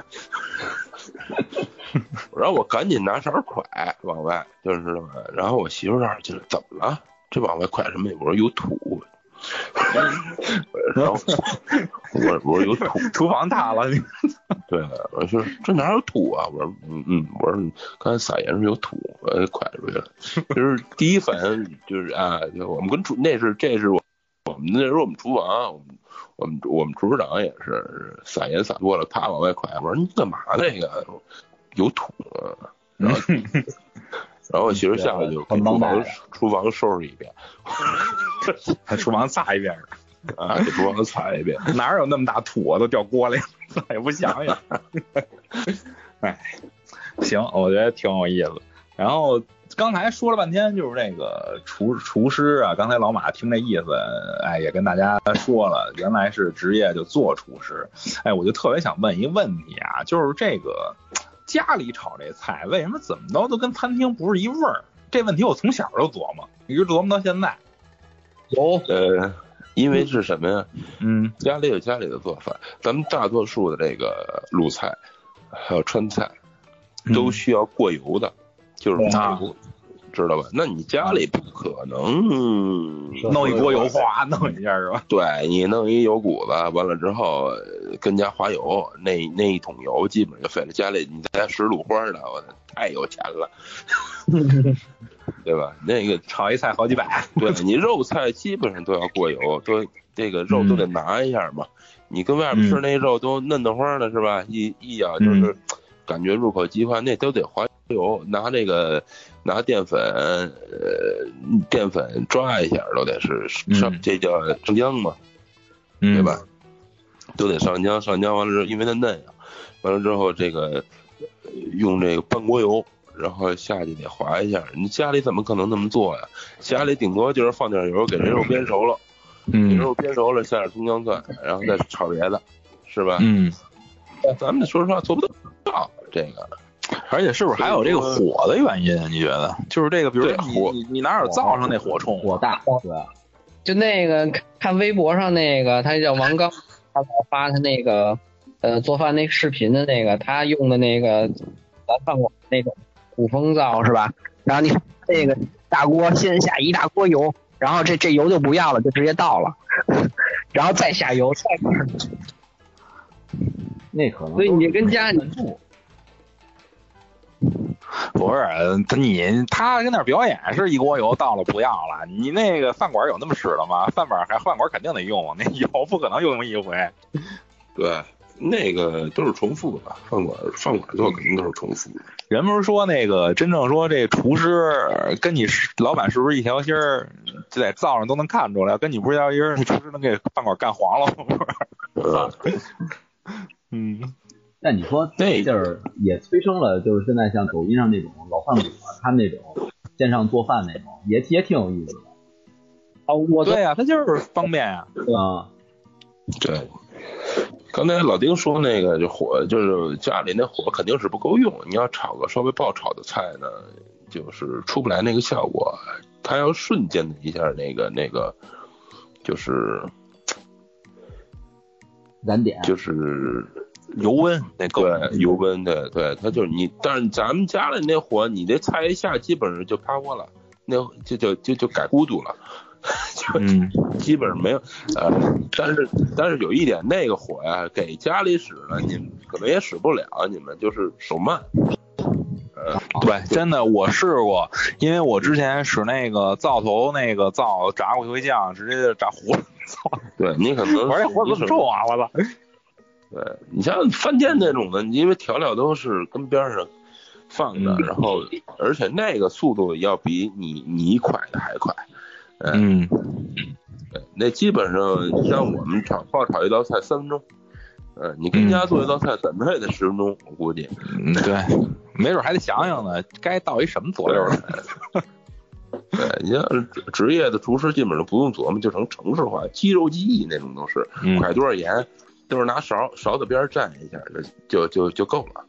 然后我赶紧拿勺蒯往外，就是知道吗？然后我媳妇儿就是怎么了？这往外蒯什么？我说有土。然后我说有土， 厨房塌了。 对，我说这哪有土啊？我说我说刚才撒盐是有土，我给蒯出去了。就是第一反应就是啊，就我们跟这是我们那时候我们厨房，我们厨师长也是撒盐撒多了，啪往外蒯。我说你干嘛那个？有土啊。然后我媳妇下来就给厨房收拾一遍， 还厨房擦一遍啊，给厨房擦一遍， 哪有那么大土啊，都掉锅里了，也不想想。哎，行，我觉得挺有意思。然后刚才说了半天，就是这个厨师啊，刚才老马听这意思，哎，也跟大家说了，原来是职业就做厨师。哎，我就特别想问一个问题啊，就是这个。家里炒这菜为什么怎么都跟餐厅不是一味儿？这问题我从小就琢磨，一直琢磨到现在。 因为是什么呀？家里有家里的做法，咱们大多数的这个鲁菜还有川菜都需要过油的，就是油，知道吧？那你家里不可能弄一锅油花弄一下是吧？ 对，你弄一油谷子，完了之后跟家花油，那一桶油基本就废了。家里你再10卤花的，我太有钱了，对吧？那个炒一菜好几百， 对，你肉菜基本上都要过油，都这个肉都得拿一下嘛。你跟外边吃那肉都嫩嫩花的是吧？一咬就是感觉入口即化，那都得花油，拿淀粉抓一下都得是上，这叫上浆嘛，对吧？都得上浆完了之后，因为它嫩呀，完了之后这个用这个半锅油，然后下去得划一下。你家里怎么可能那么做呀？家里顶多就是放点油给这肉煸熟了，肉煸熟了下点葱姜蒜，然后再炒别的，是吧？咱们说实话做不到这个。 而且是不是还有这个火的原因？你觉得？就是这个，比如说你哪有灶上那火冲火大？对， 就那个看微博上那个，他叫王刚，他老发他那个做饭那视频的那个，他用的那个咱饭馆那种鼓风灶是吧？然后你那个大锅先下一大锅油，然后这油就不要了，就直接倒了， 然后再下油， 那可能。 所以你跟家里不是他跟那儿表演是一锅油到了不要了，你那个饭馆有那么使的吗？饭馆肯定得用，那油不可能就用一回。 对，那个都是重复的，饭馆做肯定都是重复的。 人不是说那个真正说这厨师跟你老板是不是一条心儿，就在灶上都能看出来，跟你不是一条心儿，厨师能给饭馆干黄了吗？嗯。 但你说那地儿也催生了，就是现在像抖音上那种老饭馆，他们那种线上做饭那种，也挺有意思的。 对呀，他就是方便呀。 对。刚才老丁说那个就火，就是家里那火肯定是不够用，你要炒个稍微爆炒的菜呢，就是出不来那个效果。他要瞬间的一下那个，就是燃点， 就是油温， 对油温的，对，它就是你，但是咱们家里那火，你这菜一下基本上就趴锅了，那就改咕嘟了。就基本上没有，但是有一点，那个火呀，给家里使呢，你们可能也使不了，你们就是手慢。 对，真的我试过，因为我之前使那个灶头那个灶炸过一回酱，直接就炸糊了。 对你可能我这火怎么重啊！我操！ 对你像饭店那种的，因为调料都是跟边上放的，然后而且那个速度要比你快的还快。对，那基本上像我们爆炒一道菜3分钟，你跟家做一道菜怎么也得10分钟，我估计。 对，没准还得想想呢，该到一什么佐料。 对，你像职业的厨师基本上不用琢磨，就成程式化，肌肉记忆那种都是，快多少盐，就是拿勺子边蘸一下，就够了。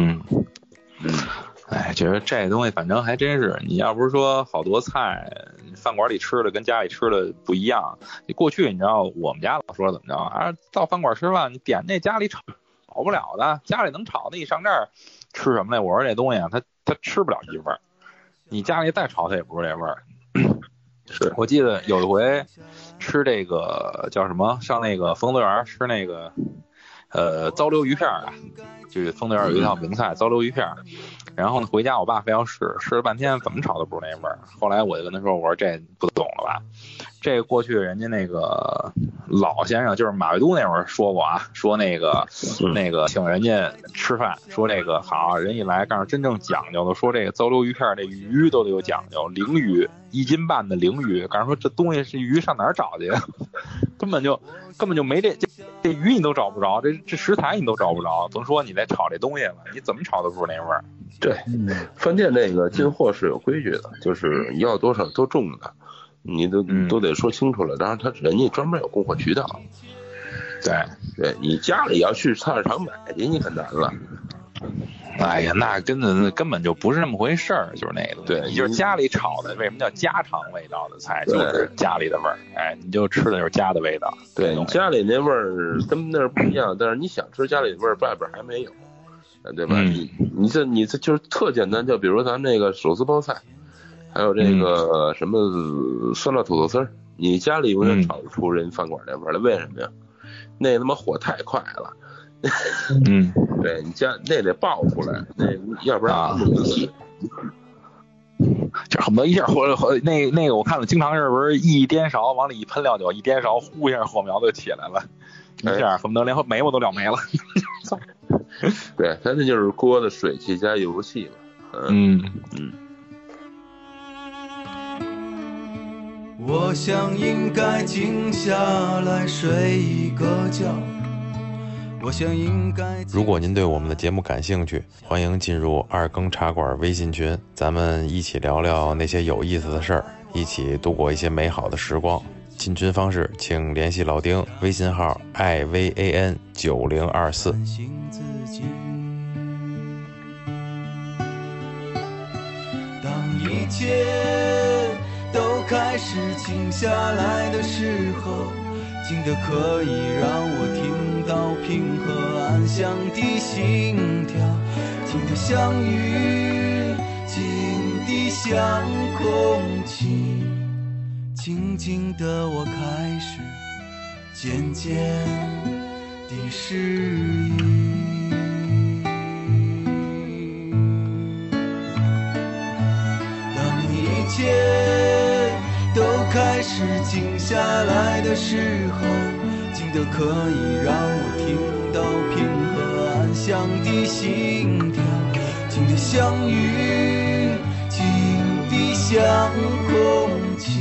哎，觉得这东西反正还真是，你要不是说好多菜饭馆里吃的跟家里吃的不一样，你过去你知道我们家老说怎么着啊，到饭馆吃饭你点那家里炒不了的，家里能炒的，一上这儿吃什么来？我说这东西啊，他吃不了一味儿，你家里再炒它也不是这味儿。 是我记得有一回吃这个叫什么，上那个丰德园吃那个糟溜鱼片啊，就是丰德园有一道名菜糟溜鱼片，然后呢回家我爸非要试了半天，怎么炒都不是那味儿。后来我就跟他说，我说这不懂了吧，这个过去人家那个老先生就是马未都那会儿说过啊，说那个请人家吃饭，说这个好人一来告诉真正讲究的，说这个糟溜鱼片这鱼都得有讲究，鲮鱼1斤半的鲮鱼，告诉说这东西是鱼上哪儿找去根本就没这鱼你都找不着，这食材你都找不着，甭说你在炒这东西了，你怎么炒都不是那味儿。 对，饭店那个进货是有规矩的，就是要多少多重的，你都得说清楚了，当然人家专门有供货渠道。对，你家里要去菜市场买去，你可难了。 哎呀，那根本就不是那么回事儿，就是那个， 对， 你就是家里炒的，为什么叫家常味道的菜，就是家里的味儿，哎，你就吃的就是家的味道。 对，你家里那味儿跟那儿不一样，但是你想吃家里的味儿，外边还没有，对吧？你这就是特简单，就比如咱那个手撕包菜，还有这个什么酸辣土豆丝儿，你家里永远炒不出人饭馆那味儿来，为什么呀？那他妈火太快了。对，你家那得爆出来，那要不然就恨不得一下火那个我看了经常是不是一颠勺往里一喷料酒，一颠勺呼一下火苗就起来了，一下恨不得连煤我都燎没了。 对，它那就是锅的水汽加油气嘛。 我想应该静下来睡一个觉。 如果您对我们的节目感兴趣，欢迎进入二更茶馆微信群，咱们一起聊聊那些有意思的事儿，一起度过一些美好的时光。进群方式请联系老丁，微信号 IVAN9024。 当一切都开始静下来的时候，静得可以让我听到平和安详的心跳，静得像雨，静得像空气，静静的我开始渐渐的适应。当一切都开始静下来的时候，静得可以让我听到平和安详的心跳，静得像雨，静得像空气，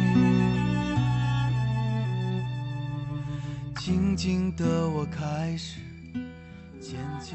静静的我开始渐渐。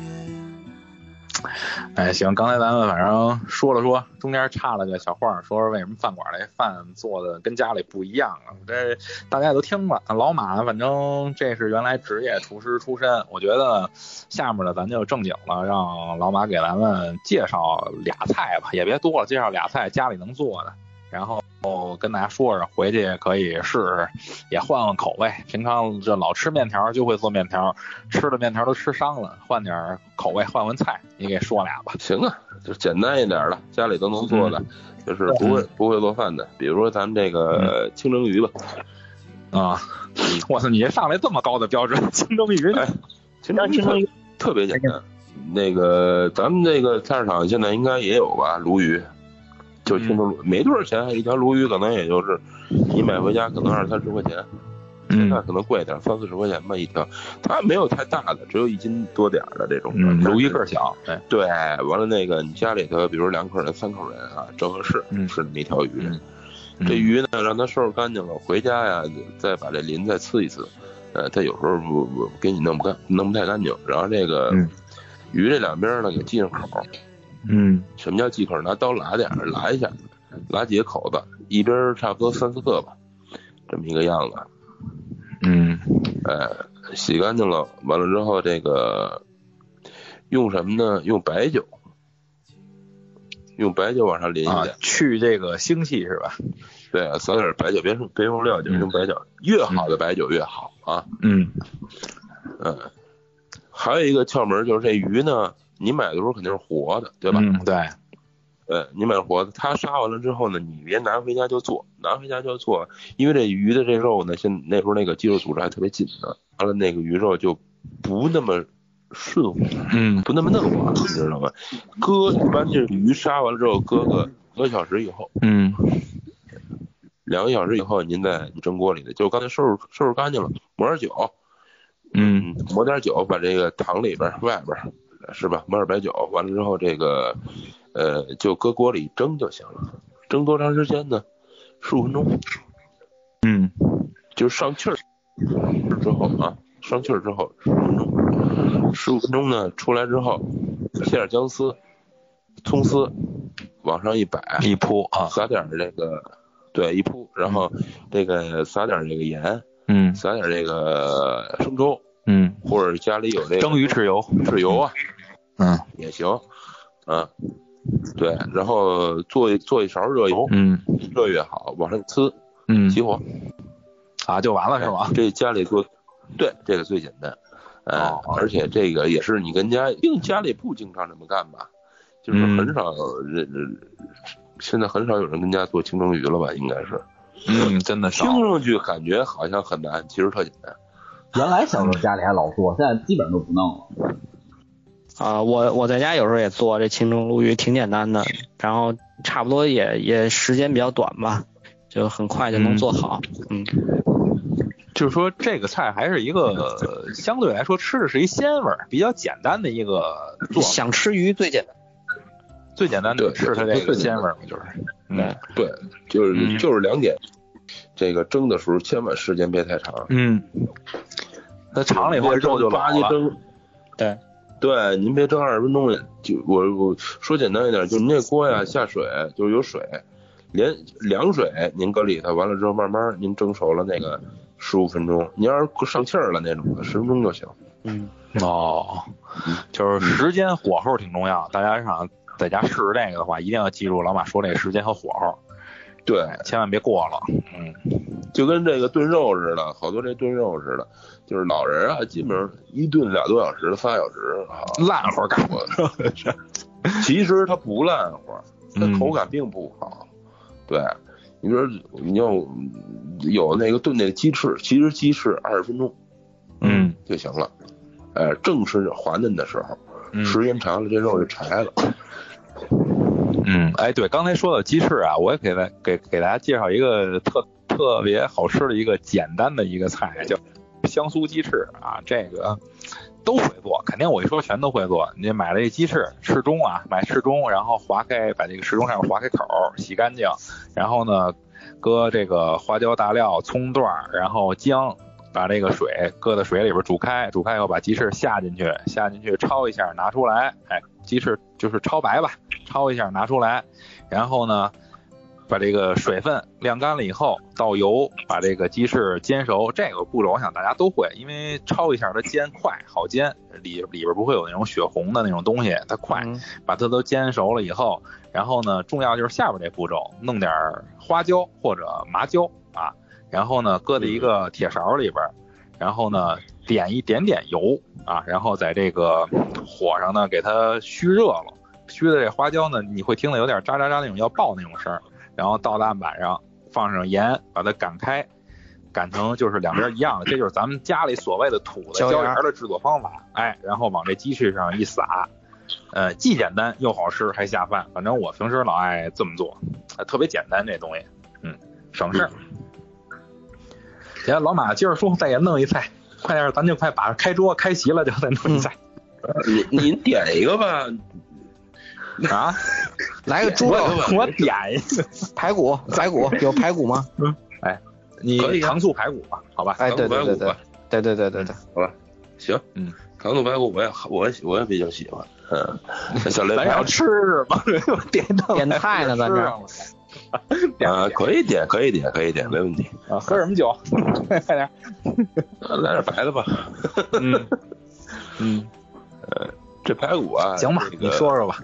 哎，行，刚才咱们反正说了说，中间插了个小话，说为什么饭馆这饭做的跟家里不一样啊？这大家也都听了，老马反正这是原来职业厨师出身，我觉得下面的咱就正经了，让老马给咱们介绍俩菜吧，也别多了，介绍俩菜家里能做的，然后跟大家说说，回去可以试试，也换换口味。平常这老吃面条就会做面条，吃的面条都吃伤了，换点口味，换换菜。你给说俩吧。 行啊，就简单一点的，家里都能做的，就是不会做饭的，比如说咱们这个清蒸鱼吧。 啊，我操，你这上来这么高的标准，清蒸鱼？ 哎，清蒸鱼特别简单。那个咱们这个菜市场现在应该也有吧，鲈鱼。就清蒸没多少钱，一条鲈鱼可能也就是你买回家可能20-30块钱，现在可能贵点，30-40块钱吧一条。它没有太大的，只有1斤多点的这种。 鲈鱼个小。 对，完了那个你家里头，比如2口人、3口人啊，正合适吃那么一条鱼。这鱼呢，让它收拾干净了，回家呀再把这鳞再呲一呲。它有时候不给你弄不太干净，然后这个鱼这两边呢给系上口。什么叫系口？拿刀拉一下，拉几个口子，一边差不多3-4个吧，这么一个样子。洗干净了，完了之后这个用什么呢？用白酒往上淋一下， 去这个腥气是吧？ 对，撒点白酒，别用料酒，用白酒，越好的白酒越好啊。还有一个窍门就是这鱼呢。你买的时候肯定是活的，对吧？对，你买活的，它杀完了之后呢，你别拿回家就做，因为这鱼的这肉呢，那时候那个肌肉组织还特别紧呢，完了那个鱼肉就不那么顺滑，不那么嫩滑，你知道吗？一般这鱼杀完了之后，搁个2个小时以后，2个小时以后，您在蒸锅里的，就刚才收拾干净了，抹点酒，抹点酒，把这个汤里边外边。是吧？抹点白酒，完了之后这个，就搁锅里蒸就行了。蒸多长时间呢？15分钟。就上气儿之后啊，上气儿之后15分钟。15分钟呢，出来之后，切点姜丝、葱丝，往上一摆， 一铺啊， 撒点这个，对，一铺，然后这个撒点这个盐，撒点这个生抽。或者家里有这个蒸鱼豉油啊，也行，对，然后做一勺热油，热越好，往上呲，起火， 就完了是吗？ 这家里做，对，这个最简单，而且这个也是你跟家里不经常这么干吧，就是很少现在很少有人跟家做清蒸鱼了吧，应该是， 真的少， 听上去感觉好像很难，其实特简单。 原来小时候家里还老做，现在基本都不弄了。 我在家有时候也做这清蒸鲈鱼，挺简单的，然后差不多也时间比较短吧，就很快就能做好。 就是说这个菜还是一个相对来说吃的是一鲜味儿，比较简单的一个做法。 想吃鱼最简单的吃它这个鲜味儿嘛，就是对，就是2点。这个蒸的时候千万时间别太长， 它长了以后肉就老了。 对，您别蒸20分钟，就我说简单一点，就您这锅呀下水，就是有水，连凉水您搁里头，完了之后慢慢您蒸熟了那个15分钟，您要是上气儿了那种的10分钟就行。 就是时间火候挺重要，大家想在家试试这个的话，一定要记住老马说这个时间和火候。 对， 千万别过了。 就跟这个炖肉似的，好多这炖肉似的，就是老人啊，基本上一炖2多小时、3小时， 烂活干过。 其实它不烂活，它口感并不好。对， 你说你要有那个炖那个鸡翅，其实鸡翅20分钟，就行了。正是滑嫩的时候，时间长了这肉就柴了。 哎，对，刚才说到鸡翅啊，我也给大家介绍一个特别好吃的一个简单的一个菜，叫香酥鸡翅啊。这个都会做，肯定我一说全都会做。你买了一鸡翅，翅中啊，买翅中，然后划开，把这个翅中上面划开口，洗干净，然后呢，搁这个花椒、大料、葱段，然后姜。把这个水搁在水里边煮开，煮开以后把鸡翅下进去焯一下拿出来，哎，鸡翅就是焯白吧，焯一下拿出来，然后呢把这个水分晾干了以后倒油，把这个鸡翅煎熟。这个步骤我想大家都会，因为焯一下它煎快好煎，里边不会有那种血红的那种东西，它快，把它都煎熟了以后，然后呢重要就是下边这步骤，弄点花椒或者麻椒啊，然后呢搁在一个铁勺里边，然后呢点一点点油啊，然后在这个火上呢给它虚热了，虚的这花椒呢你会听到有点喳喳喳那种要爆那种声，然后倒案板上放上盐，把它擀开，擀成就是两边一样的，这就是咱们家里所谓的土的椒盐的制作方法。哎，然后往这鸡翅上一撒，既简单又好吃还下饭，反正我平时老爱这么做，特别简单这东西，省事儿。行，老马接着说，再给弄一菜，快点，咱就快把开桌开齐了，就再弄一菜。 您点一个吧。 啊， 来个猪肉， 我点一个排骨有排骨吗？ 哎，你糖醋排骨吧，好吧？ 哎，对， 好吧，行，糖醋排骨我也比较喜欢，小雷咱要吃吗？ 点菜呢，咱这啊，可以点，没问题啊。喝什么酒？快点， 来点白的吧。这排骨啊， 行吧，你说说吧。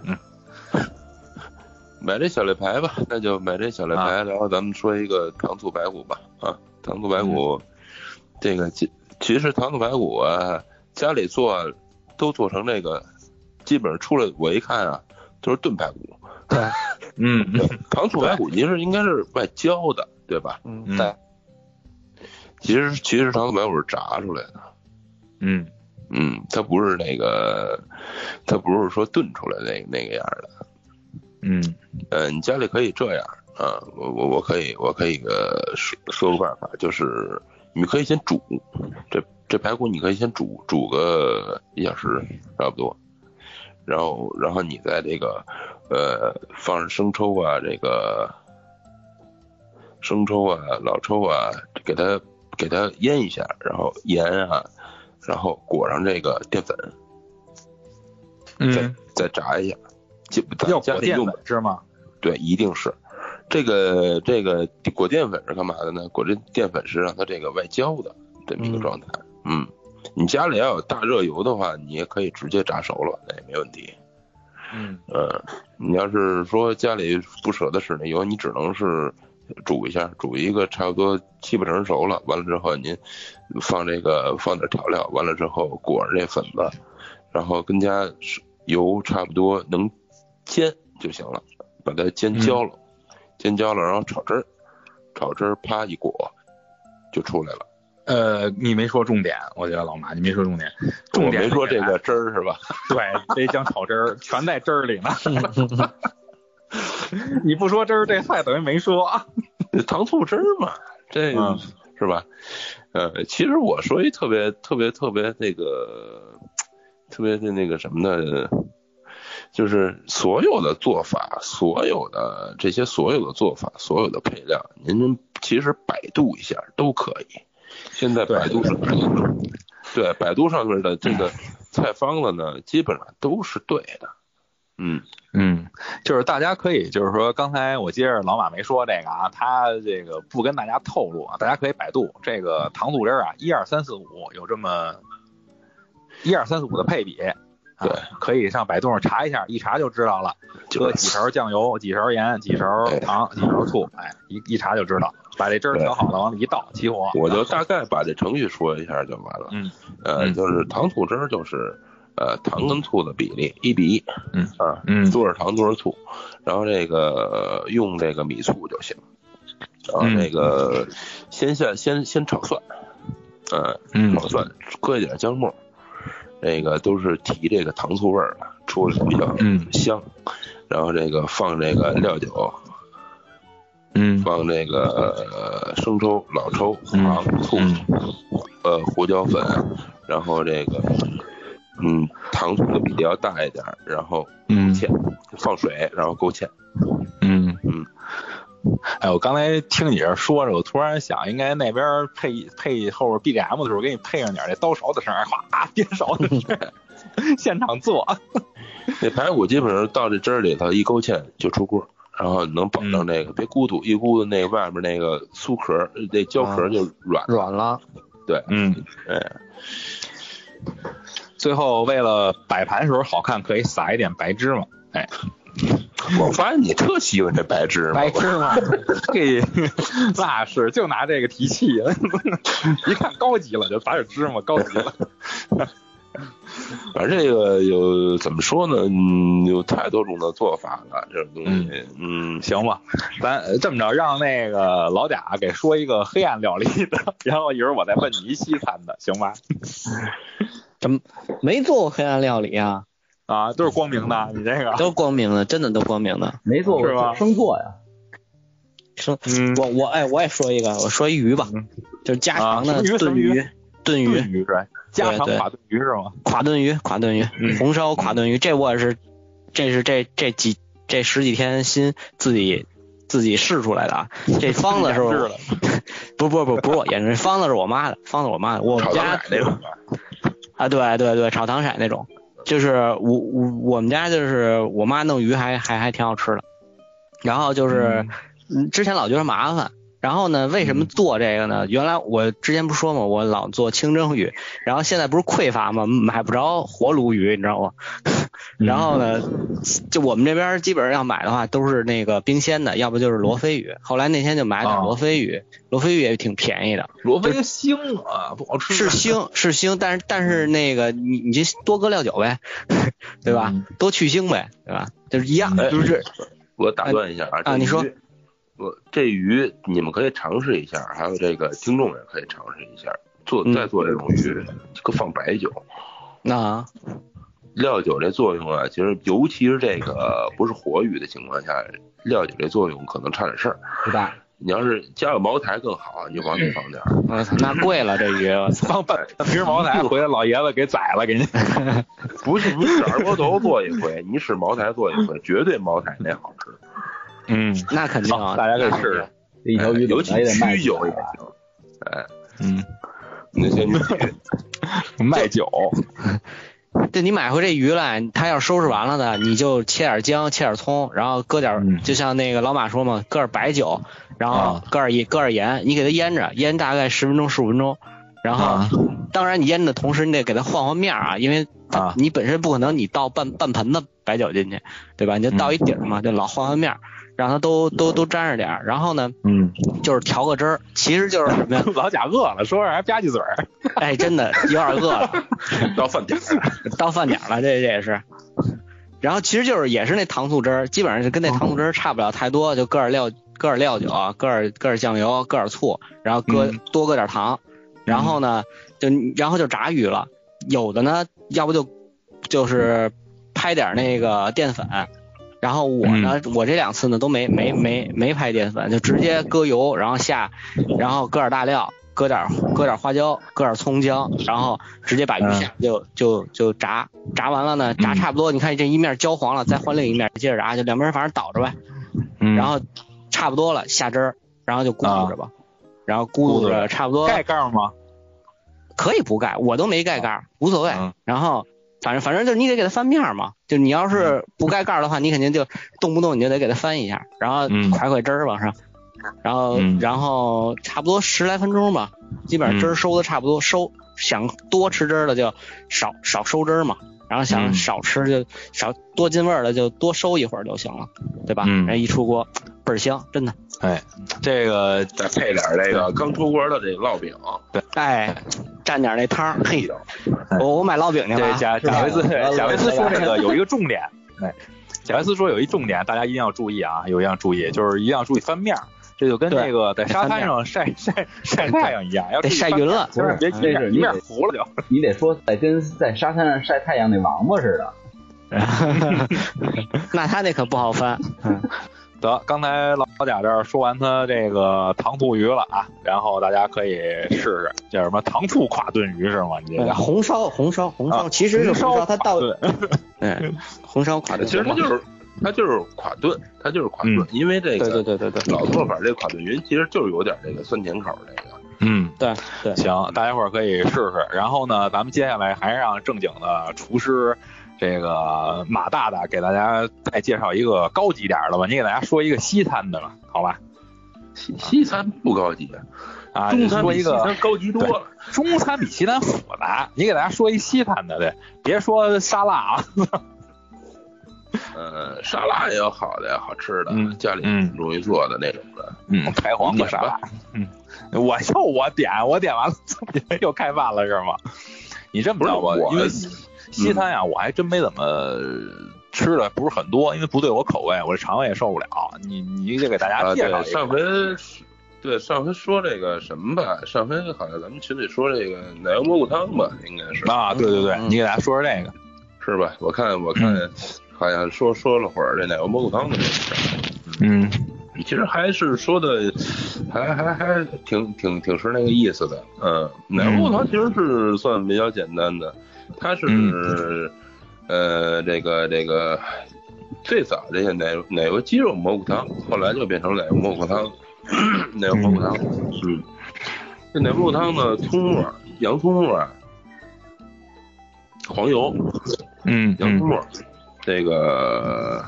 买这小肋排吧，那就买这小肋排，然后咱们说一个糖醋排骨吧。啊，糖醋排骨，这个其实糖醋排骨啊，家里做都做成这个，基本上出来我一看啊，都是炖排骨。 对， 糖醋排骨其实应该是外焦的，对吧？ 对。 其实糖醋排骨是炸出来的。它不是那个，它不是说炖出来那个样的。你家里可以这样啊，我可以说个办法，就是你可以先煮这排骨，你可以先煮个1小时差不多，然后你在这个放上生抽啊，这个生抽啊、老抽啊，给它腌一下，然后盐啊，然后裹上这个淀粉，再炸一下。 要裹淀粉是吗？ 对，一定是。这个裹淀粉是干嘛的呢？裹这淀粉是让它这个外焦的这么一个状态。你家里要有大热油的话，你也可以直接炸熟了，那也没问题。你要是说家里不舍得使那油，你只能是煮一下，煮一个差不多7、8成熟了，完了之后您放点调料，完了之后裹上这粉子，然后跟加油差不多能煎就行了，把它煎焦了，然后炒汁儿啪一裹就出来了。 你没说重点，我觉得老马你没说重点， 我没说这个汁儿是吧？ 对，这讲炒汁儿全在汁儿里呢。你不说汁儿，这菜等于没说。 糖醋汁儿嘛，这是吧？其实我说一特别那个，特别的那个什么呢？就是所有的做法，所有的做法，所有的配料，您其实百度一下都可以。现在百度上对百度上面的这个菜方子呢，基本上都是对的。 就是大家可以，就是说刚才我接着老马没说这个啊，他这个不跟大家透露啊，大家可以百度这个糖醋汁啊，12345有这么12345的配比。对，可以上百度上查一下，一查就知道了。搁几勺酱油，几勺盐，几勺糖，几勺醋，一查就知道。把这汁儿调好了，往里一倒，起火。 我就大概把这程序说一下就完了。就是糖醋汁儿就是糖跟醋的比例1比1。多少糖多少醋，然后这个用这个米醋就行。 然后那个先炒蒜，炒蒜，搁一点姜末，那个都是提这个糖醋味儿的，出来比较香。然后这个放这个料酒，放这个生抽、老抽、糖、醋，胡椒粉，然后这个糖醋的比例要大一点，然后勾芡，放水，然后勾芡。 哎，我刚才听你这说着，我突然想，应该那边配后边 BGM 的时候，给你配上点这刀勺的声，哗，颠勺的声，现场做。 那排骨基本上到这汁儿里头一勾芡就出锅，然后能保证那个别咕嘟一咕嘟，那个外面那个酥壳那焦壳就软了。对， 最后为了摆盘时候好看，可以撒一点白芝麻。哎， 我发现你特喜欢这白芝麻。 嘿，那是就拿这个提气了，一看高级了就撒点芝麻，高级了。 反正这个有怎么说呢？有太多种的做法了，这种东西。 行吧，咱这么着，让那个老贾给说一个黑暗料理的，然后一会儿我再问你一西餐的，行吧？ 怎么没做过黑暗料理啊？ 啊，都是光明的，你这个都光明的，真的都光明的， 没做过是吧？ 生做呀。 我也说一个，我说一鱼吧，就是家常的炖鱼。炖鱼是家常垮炖鱼是吗？ 垮炖鱼，红烧垮炖鱼，这我也是，这是这十几天新自己试出来的啊。这方子是不是我研制，方子是我妈的，我们家那种啊，对，炒糖色那种，就是我们家就是我妈弄鱼还挺好吃的，然后就是之前老觉得麻烦。然后呢，为什么做这个呢？原来我之前不说嘛，我老做清蒸鱼，然后现在不是匮乏嘛，买不着活鲈鱼，你知道吗？然后呢，就我们这边基本上要买的话都是那个冰鲜的，要不就是罗非鱼。后来那天就买点罗非鱼，罗非鱼也挺便宜的。 罗非腥啊，不好吃。 是腥，但是那个你就多搁料酒呗，对吧？多去腥呗，对吧？就是一样，就是。 我打断一下啊， 你说。 这鱼你们可以尝试一下，还有这个听众也可以尝试一下，再做这种鱼，放白酒。 那料酒这作用啊，其实尤其是这个不是活鱼的情况下，料酒这作用可能差点事儿。 不大。 你要是加个茅台更好，你就往里放点。 我操，那贵了这鱼， 放半瓶茅台回来，老爷子给宰了，给你。 不是，你使二锅头做一回，你使茅台做一回，绝对茅台那好吃。 那肯定啊， 大家可以试试。 一条鱼尤其曲酒也行。那些鱼卖酒。 对，你买回这鱼来，他要收拾完了的，你就切点姜，切点葱，然后搁点，就像那个老马说嘛，搁点白酒，然后搁点盐，你给它腌着，腌大概10分钟15分钟，然后当然你腌的同时你得给它换面啊，因为你本身不可能你倒半盆子白酒进去，对吧？你就倒一底嘛，就老换面。让它都沾着点，然后呢，就是调个汁儿，其实就是什么呀？ 老贾饿了，说让人吧唧嘴儿。 哎，真的有点饿了， 到饭点了，这也是。然后其实就是也是那糖醋汁儿，基本上是跟那糖醋汁儿差不了太多，就搁点料酒，搁点酱油，搁点醋，然后多搁点糖，然后呢就炸鱼了。有的呢，要不就是拍点那个淀粉。然后我呢，我这2次呢都没拍淀粉，就直接搁油，然后搁点大料，搁点花椒，搁点葱姜，然后直接把鱼下就炸完了呢，炸差不多，你看这一面焦黄了，再换另一面接着炸，就两边反正倒着呗，然后差不多了下汁儿，然后就咕嘟着吧，然后咕嘟着差不多。 盖盖吗？ 可以不盖，我都没盖盖，无所谓。然后反正就是你得给它翻面嘛，就你要是不盖盖的话，你肯定就动不动你就得给它翻一下，然后快汁儿往上，然后差不多10来分钟吧，基本上汁儿收的差不多，想多吃汁儿的就少收汁儿嘛，然后想少吃就少多进味儿的就多收一会儿就行了，对吧？然后一出锅倍儿香，真的。 哎，这个再配点这个刚出锅的这个烙饼， 对，哎，蘸点那汤，嘿，我买烙饼去了。 这贾维斯说这个有一个重点，哎，贾维斯说有一重点，大家一定要注意啊，就是一定要注意翻面。 这就跟那个在沙滩上晒太阳一样，要得晒匀了， 千万别一面糊了就。 你得说跟在沙滩上晒太阳那王八似的。 那他那可不好翻。 得，刚才老贾这儿说完他这个糖醋鱼了啊，然后大家可以试试叫什么糖醋垮炖鱼是吗？你这红烧，其实是红烧，它到红烧垮炖， 其实它就是垮炖，因为这个对老做法，这垮炖鱼其实就是有点这个酸甜口这个。 对， 行，大家伙儿可以试试。然后呢，咱们接下来还是让正经的厨师。这个马大大给大家再介绍一个高级点的吧，你给大家说一个西餐的吧，好吧？ 西餐不高级啊， 中餐比西餐高级多了。 中餐比西餐复杂，你给大家说一西餐的，对，别说沙拉啊。 沙拉也有好的呀，好吃的，家里容易做的那种的， 开黄的沙拉。我点完了，又开饭了是吗？你这么着吧，因为西餐呀，我还真没怎么吃的不是很多，因为不对我口味，我这肠胃也受不了。你得给大家介绍一个。上回说这个什么吧，上回好像咱们群里说这个奶油蘑菇汤吧，应该是啊，对，你给大家说说这个， 是吧？我看，好像说了会儿这奶油蘑菇汤的这个事儿。其实还是说的，还挺是那个意思的。奶油蘑菇汤其实是算比较简单的。它是这个最早这些奶油鸡肉蘑菇汤，后来就变成奶油蘑菇汤。奶油蘑菇汤，这奶油蘑菇汤呢，葱末、洋葱末、黄油，洋葱末，这个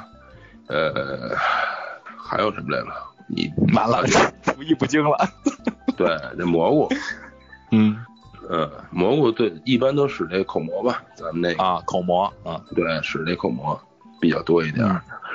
还有什么来了？你完了，厨艺不精了。 对，这蘑菇，蘑菇对，一般都使这口蘑吧，咱们那个口蘑对，使这口蘑比较多一点。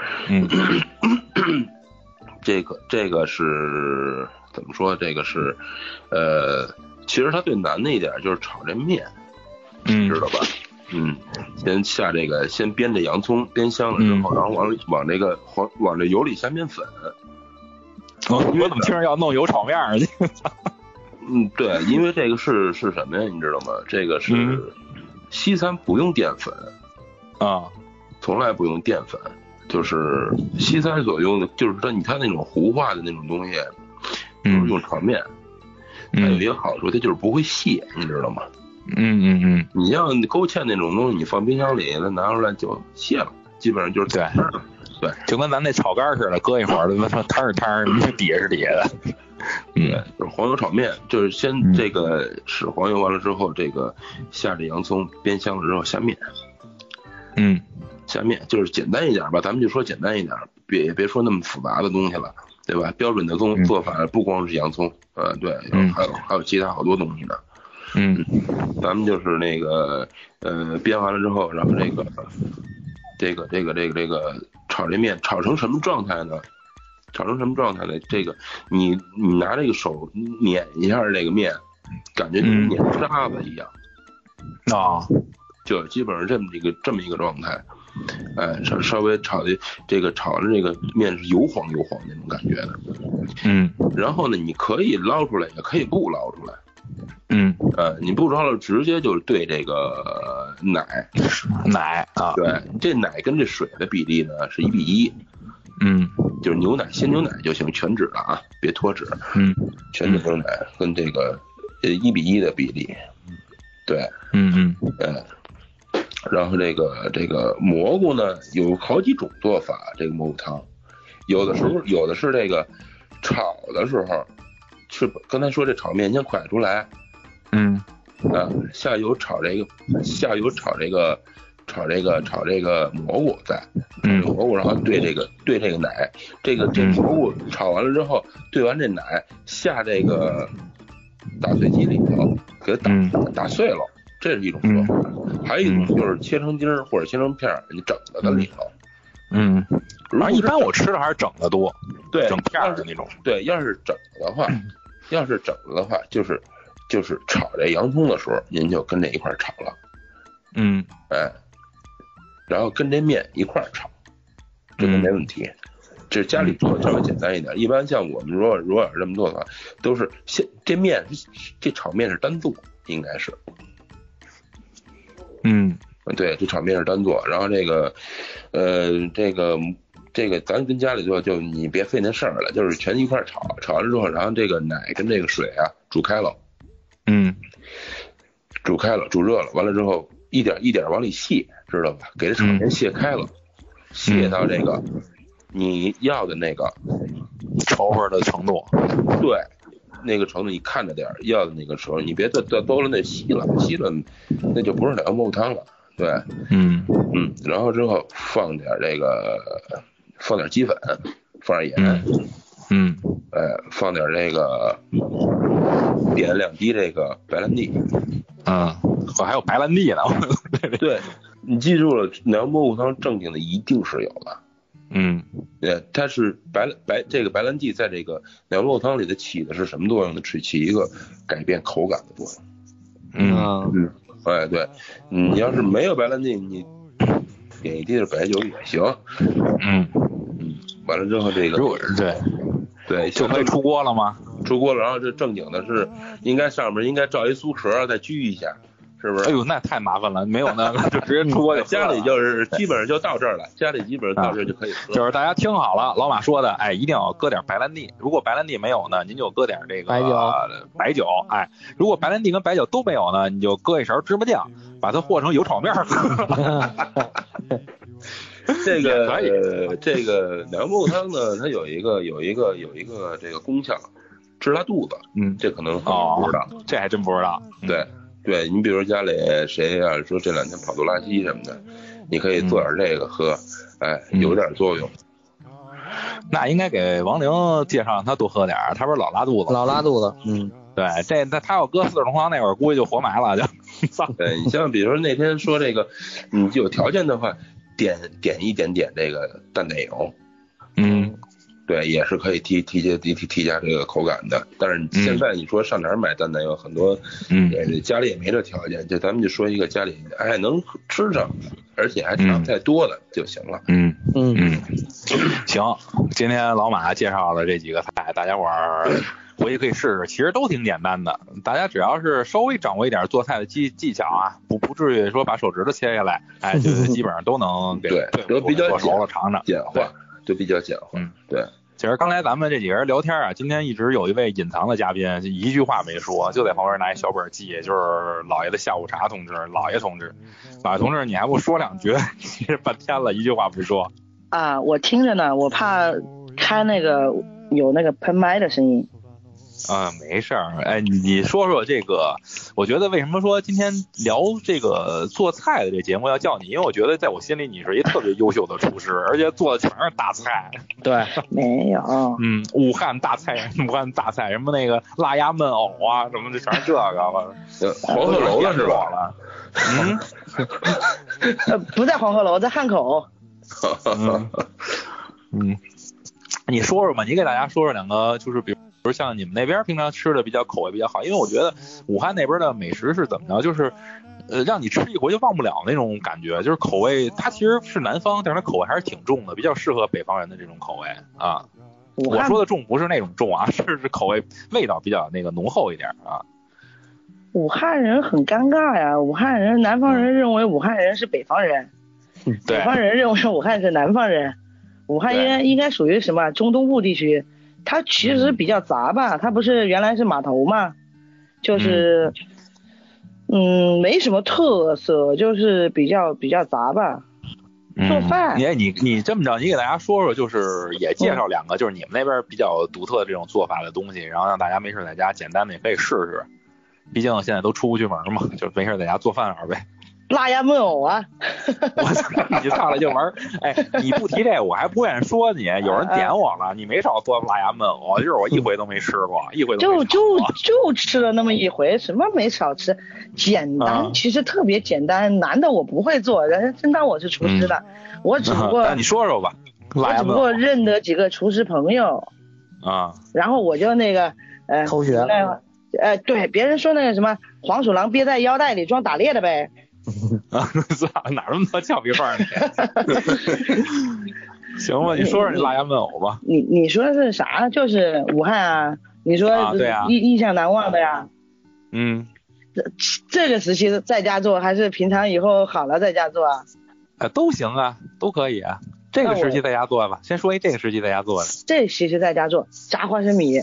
这个是怎么说？这个是其实它最难的一点就是炒这面，知道吧？先下这个，先煸这洋葱，煸香了之后，然后往这油里下面粉。 我怎么听着要弄油炒面去？ 对，因为这个是什么呀？你知道吗？这个是西餐不用淀粉从来不用淀粉，就是西餐所用的，就是说你看那种糊化的那种东西，就是用炒面，它有一个好处，它就是不会泄，你知道吗？你像勾芡那种东西，你放冰箱里，它拿出来就泄了，基本上就是对， 就跟咱那炒肝似的，搁一会儿摊是摊，底下是底下的。 就是黄油炒面，就是先这个使黄油完了之后，这个下这洋葱煸香了之后下面，下面就是简单一点吧，咱们就说简单一点，别说那么复杂的东西了，对吧？标准的做法不光是洋葱，对，还有其他好多东西呢。咱们就是那个煸完了之后，然后这个炒这面炒成什么状态呢？这个你拿这个手碾一下这个面，感觉就跟碾沙子一样就基本上这么一个状态。稍微炒的这个面是油黄那种感觉的。然后呢，你可以捞出来，也可以不捞出来。你不捞了，直接就兑这个奶对，这奶跟这水的比例呢是1:1。就是鲜牛奶就行，全脂了啊，别脱脂。全脂牛奶跟这个1:1的比例。对。然后这个蘑菇呢有好几种做法，这个蘑菇汤，有的是这个炒的时候，是刚才说这炒面先蒯出来，下油炒这个蘑菇在，蘑菇然后兑这个奶，这蘑菇炒完了之后，兑完这奶下这个打碎机里头给它打碎了。这是一种做法，还有一种就是切成丁或者切成片，你整的在里头。 一般我吃的还是整的多， 对， 整片的那种。 对，要是整的话，就是炒这洋葱的时候，您就跟这一块炒了。然后跟这面一块炒，这个没问题。 这家里做稍微简单一点。一般像我们如果这么做的话，都是这面这炒面是单做，应该是。对，这炒面是单做，然后这个咱跟家里做就你别费那事儿了，就是全一块炒完之后，然后这个奶跟这个水啊煮开了，煮热了，完了之后一点一点往里卸，知道吧？给这炒面卸开了，卸到这个你要的那个稠乎的程度， 对，那个程度你看着点，要的那个时候你别多了那稀了那就不是凉蘑菇汤了。对，然后之后放点鸡粉，放点盐，放点这个点2滴这个白兰地， 我还有白兰地呢。 对，你记住了，凉蘑菇汤正经的一定是有的。对，它是这个白兰地在这个凉蘑菇汤里的起的是什么作用呢？起一个改变口感的作用。对，你要是没有白兰地，你点一滴的白酒也行。完了之后这个对， 就可以出锅了吗？ 出锅了，然后这正经的是应该上面应该罩一酥壳再焗一下，是不是？ 哎呦，那太麻烦了，没有那个就直接出锅就家里就是基本上就到这儿了，家里基本上到这儿就可以喝。 就是大家听好了，老马说的，一定要搁点白兰地。如果白兰地没有呢，您就搁点这个白酒。如果白兰地跟白酒都没有呢，你就搁一勺芝麻酱，把它和成油炒面喝。 这个凉蘑菇汤呢，它有一个这个功效，治拉肚子。这可能很多人不知道， 这还真不知道。 对，你比如家里谁要说这2天跑肚拉稀什么的，你可以做点这个喝，有点作用。 那应该给王玲介绍让他多喝点，他不是老拉肚子。对，他要搁4种黄那会儿估计就活埋了就。 对，你像比如说那天说这个，你有条件的话，点一点点这个淡奶油。对，也是可以提加这个口感的。但是现在你说上哪儿买淡奶油，很多家里也没这条件，就咱们就说一个家里能吃上，而且还差不太多的就行了。行，今天老马介绍了这几个菜，大家伙儿回去可以试试，其实都挺简单的。大家只要是稍微掌握一点做菜的技巧啊，不至于说把手指头切下来，就基本上都能给都比较熟了尝尝，简化就比较简化。对。其实刚才咱们这几个人聊天啊，今天一直有一位隐藏的嘉宾，一句话没说，就在旁边拿一小本记，就是老爷的下午茶同志，老爷同志，你还不说2句，其实半天了，一句话不说。 我听着呢，我怕开那个有那个喷麦的声音。 没事儿，你说说这个，我觉得为什么说今天聊这个做菜的这节目要叫你，因为我觉得在我心里你是一特别优秀的厨师，而且做的全是大菜。 对，没有。 武汉大菜，什么那个辣鸭焖藕啊，什么的全是这个。 黄鹤楼的是吧？ 不在黄鹤楼，在汉口。 你说说吧，你给大家说说2个，就是比如像你们那边平常吃的比较口味比较好，因为我觉得武汉那边的美食是怎么着，就是让你吃一回就忘不了那种感觉，就是口味它其实是南方，但是它口味还是挺重的，比较适合北方人的这种口味啊。我说的重不是那种重啊，是口味味道比较那个浓厚一点啊。 武汉人很尴尬呀，南方人认为武汉人是北方人，北方人认为武汉是南方人。武汉应该属于什么中东部地区，它其实比较杂吧，它不是原来是码头嘛，就是没什么特色，就是比较杂吧。做饭， 你这么着，你给大家说说，就是也介绍2个，就是你们那边比较独特的这种做法的东西，然后让大家没事在家简单的也可以试试，毕竟现在都出不去门嘛，就没事在家做饭玩呗。 辣鸭焖藕啊！ 我操，你上来就玩，你不提这我还不愿意说你。有人点我了，你没少做辣鸭焖藕，就是我一回都没吃过，一回都没吃过。 就吃了那么一回，什么没少吃，简单，其实特别简单，难的我不会做，人真当我是厨师的，我只不过。 那你说说吧， 我只不过认得几个厨师朋友然后我就那个偷学了。 对，别人说那个什么黄鼠狼憋在腰带里装打猎的呗。 哪那么多俏皮话呢？ 行吧，你说说你辣鸭焖藕吧。 你说的是啥？就是武汉啊？你说对啊， 印象难忘的呀？这个时期在家做，还是平常以后好了在家做啊？ 都行啊，都可以啊。这个时期在家做吧，先说这个时期在家做的。 这时期在家做炸花生米。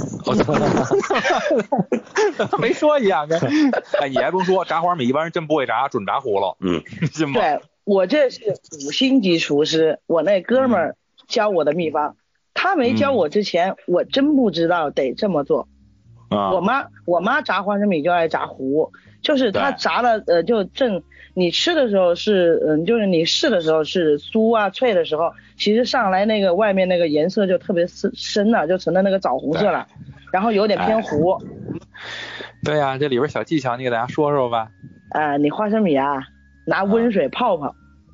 没说一样的。哎，你还甭说，炸花生米一般人真不会炸，准炸糊了。信吗？ 对，我这是5星级厨师，我那哥们儿教我的秘方，他没教我之前，我真不知道得这么做。我妈炸花生米就爱炸糊，就是她炸了就正你吃的时候是就是你试的时候是酥啊脆的时候，其实上来那个外面那个颜色就特别深了，就成了那个枣红色了，然后有点偏糊。 对呀，这里边小技巧你给大家说说吧。 你花生米啊，拿温水泡泡。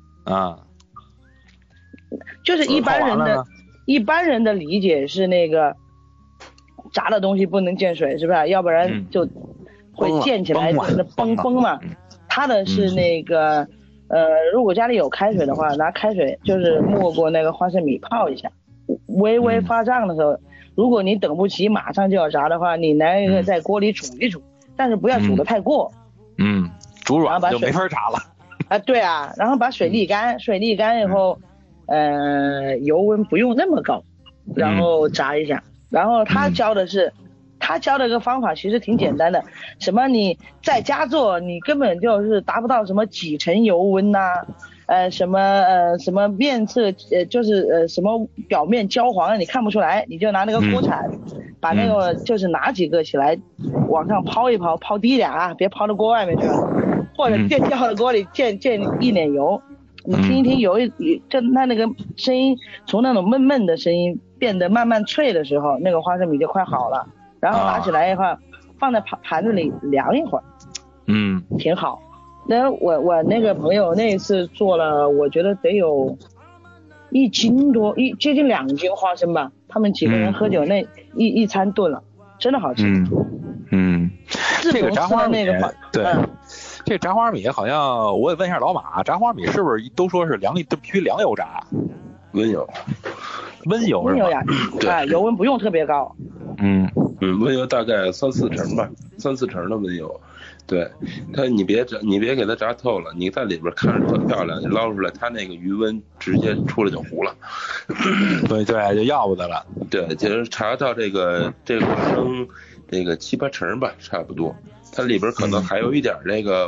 就是一般人的理解是那个炸的东西不能见水，是不是？要不然就会溅起来，就是崩嘛。它的是那个如果家里有开水的话，拿开水就是没过那个花生米泡一下，微微发胀的时候，如果你等不及马上就要炸的话，你拿一个在锅里煮一煮，但是不要煮得太过。 煮软就没法炸了。 对啊，然后把水沥干，水沥干以后油温不用那么高，然后炸一下。然后他教的个方法其实挺简单的，什么你在家做你根本就是达不到什么几成油温呐，什么面色就是什么表面焦黄你看不出来，你就拿那个锅铲把那个就是拿几个起来往上抛一抛，抛低点啊，别抛到锅外面去了，或者电掉的锅里溅一点油，你听一听油就它那个声音从那种闷闷的声音变得慢慢脆的时候，那个花生米就快好了，然后拿起来以后放在盘子里凉一会儿，挺好。那我那个朋友那一次做了，我觉得得有1斤多，接近2斤花生吧，他们几个人喝酒那一餐炖了，真的好吃。 这个炸花米对。这个炸花米好像我也问一下老马，炸花米是不是都说是必须凉油炸？ 温油呀，对，油温不用特别高。 温油大概3-4成吧，3-4成的温油。对，你别给它炸透了，你在里边看着特漂亮，你捞出来它那个余温直接出来就糊了。 对，就要不得了。 对，就是查到这个花生这个7-8成吧，差不多。它里边可能还有一点这个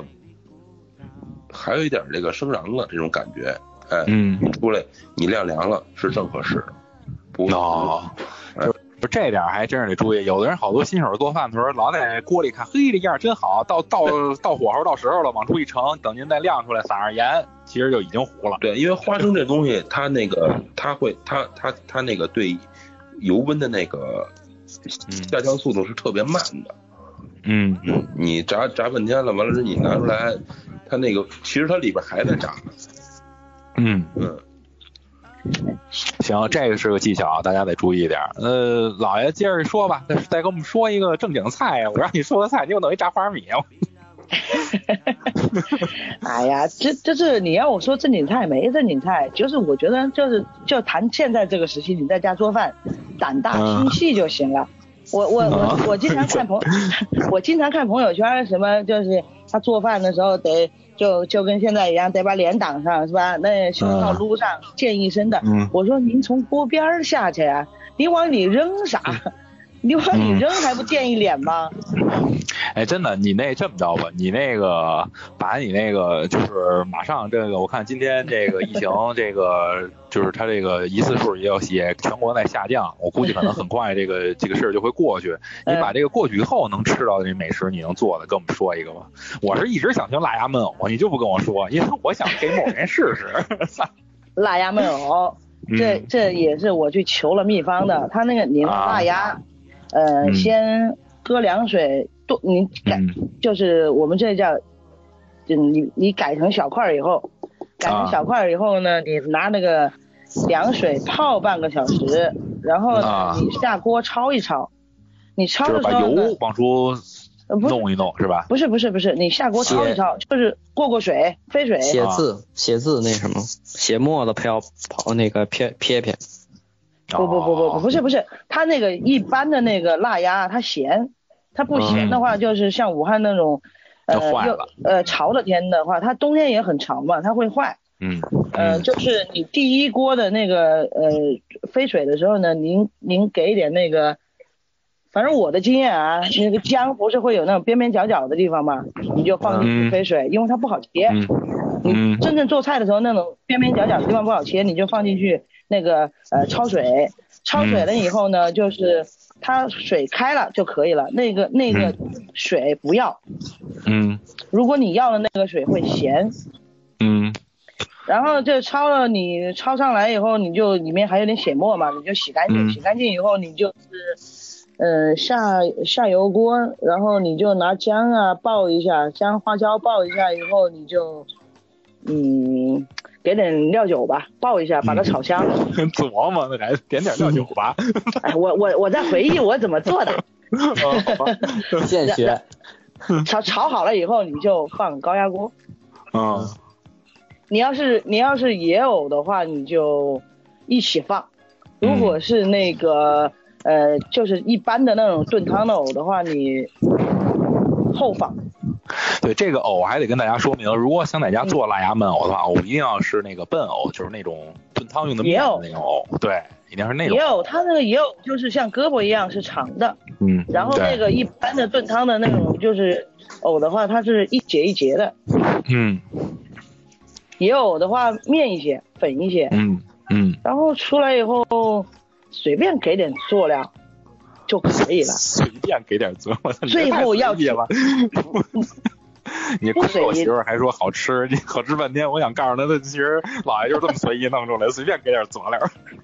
生瓤了这种感觉，出来你晾凉了是正合适的，不这点还真是得注意。有的人好多新手做饭的时候，老在锅里看，嘿，这样真好，到火候到时候了，往出一盛，等您再晾出来，撒上盐，其实就已经糊了。 对，因为花生这东西，它那个它那个对油温的那个下降速度是特别慢的。你炸半天了，完了之后你拿出来，它那个其实它里边还在炸。 行，这个是个技巧，大家得注意一点。老爷接着说吧，再给我们说一个正经菜啊！我让你说个菜，你又等于炸花生米。 哎呀，这你要我说正经菜没正经菜，就是我觉得就谈现在这个时期你在家做饭，胆大心细就行了。我经常看我经常看朋友圈，什么就是他做饭的时候得就跟现在一样，得把脸挡上是吧？那胸罩撸上，溅一身的。我说您从锅边下去啊，你往里扔啥？你往里扔还不溅一脸吗？ 哎，真的，你那这么着吧，你那个把你那个就是马上这个，我看今天这个疫情这个就是它这个疑似数也要写全国在下降，我估计可能很快这个事儿就会过去。你把这个过去以后能吃到的这美食，你能做的跟我们说一个吗？我是一直想听辣鸭焖藕，你就不跟我说，因为我想给某人试试。 辣鸭焖藕，这也是我去求了秘方的，他那个你辣鸭。先喝凉水你改就是我们这叫你改成小块以后，呢，你拿那个凉水泡半个小时，然后你下锅焯一焯，你焯的时候就是把油往出弄一弄是吧？ 不是，你下锅焯一焯，就是过水，飞水。 写字那什么，写沫子泡那个撇。 不是，它那个一般的那个腊鸭它咸，它不咸的话就是像武汉那种，潮的天的话，它冬天也很潮嘛，它会坏。就是你第一锅的那个飞水的时候呢，您给一点那个，反正我的经验啊，那个姜不是会有那种边边角角的地方嘛，你就放进去飞水，因为它不好切。你真正做菜的时候，那种边边角角的地方不好切，你就放进去那个焯水了以后呢，就是它水开了就可以了，那个水不要。如果你要的那个水会咸。然后这焯了，你焯上来以后，你就里面还有点血沫嘛，你就洗干净，洗干净以后你就是下油锅，然后你就拿姜啊爆一下，姜花椒爆一下以后，你就给点料酒吧，爆一下，把它炒香。 琢磨那还点料酒吧。 哎，我在回忆我怎么做的。 现学。 炒好了以后，你就放高压锅。你要是野藕的话，你就一起放。如果是那个就是一般的那种炖汤的藕的话，你后放。 对，这个藕还得跟大家说明，如果想在家做腊鸭焖藕的话，藕一定要是那个笨藕，就是那种炖汤用的面的那种藕。对，一定是那种。 野藕它那个野藕就是像胳膊一样是长的。然后那个一般的炖汤的那种就是藕的话，它是一节一节的。野藕的话面一些，粉一些。然后出来以后随便给点佐料就可以了。 随便给点佐料。 最后要去了。 你亏我媳妇还说好吃，你好吃半天，我想告诉她，其实老爷就是这么随意弄出来，随便给点佐料。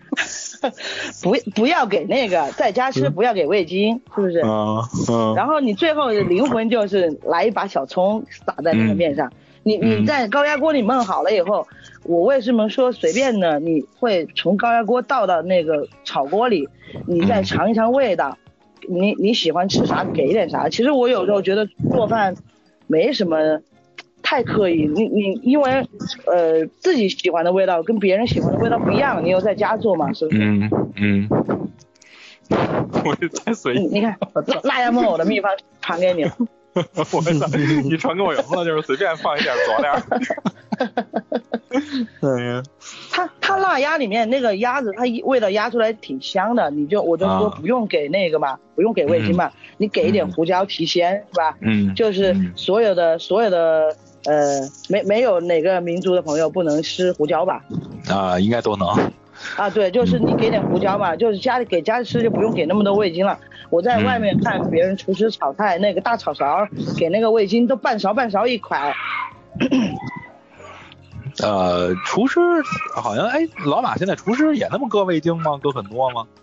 不要给那个在家吃，不要给味精，是不是？然后你最后的灵魂就是来一把小葱撒在那个面上。你在高压锅里焖好了以后，我为什么说随便呢？你会从高压锅倒到那个炒锅里，你再尝一尝味道，你喜欢吃啥给点啥。其实我有时候觉得做饭没什么太刻意，你因为自己喜欢的味道跟别人喜欢的味道不一样，你又在家做嘛，是不是？ 我也太随意。 你看腊鸭焖藕的秘方传给你了。 我操！你传给我以后就是随便放一点佐料。 它腊鸭里面那个鸭子，它味道压出来挺香的，我就说不用给那个嘛，不用给味精嘛，你给一点胡椒提鲜，是吧？就是所有的没有哪个民族的朋友不能吃胡椒吧？ 应该都能。 对，就是你给点胡椒嘛，就是给家里吃就不用给那么多味精了。我在外面看别人厨师炒菜，那个大炒勺给那个味精都半勺一块。 厨师好像老马现在厨师也那么搁味精吗？搁很多吗？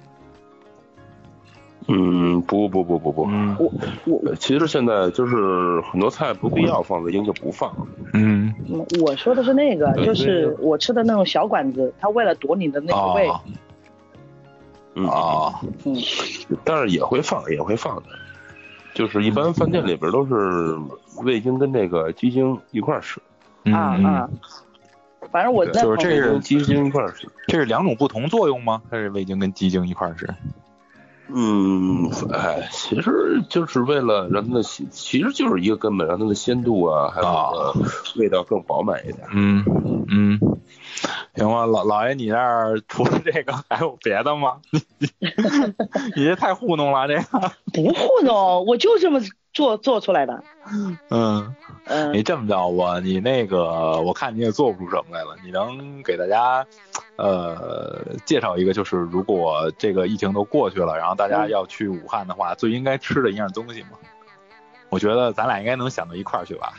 不，其实现在就是很多菜不必要放味精就不放。 我说的是那个，就是我吃的那种小馆子，他为了夺你的那个味。 但是也会放的，就是一般饭店里边都是味精跟那个鸡精一块使。 反正我就是这是鸡精一块使， 这是两种不同作用吗？还是味精跟鸡精一块使？ 其实就是为了让它的其实就是一个根本，让它的鲜度啊，还有味道更饱满一点。 行吧，老爷，你那儿除了这个还有别的吗？你这太糊弄了，这个不糊弄，我就这么做出来的。 你这么着你那个我看你也做不出什么来了，你能给大家介绍一个，就是如果这个疫情都过去了，然后大家要去武汉的话，最应该吃的一样东西吗？我觉得咱俩应该能想到一块儿去吧。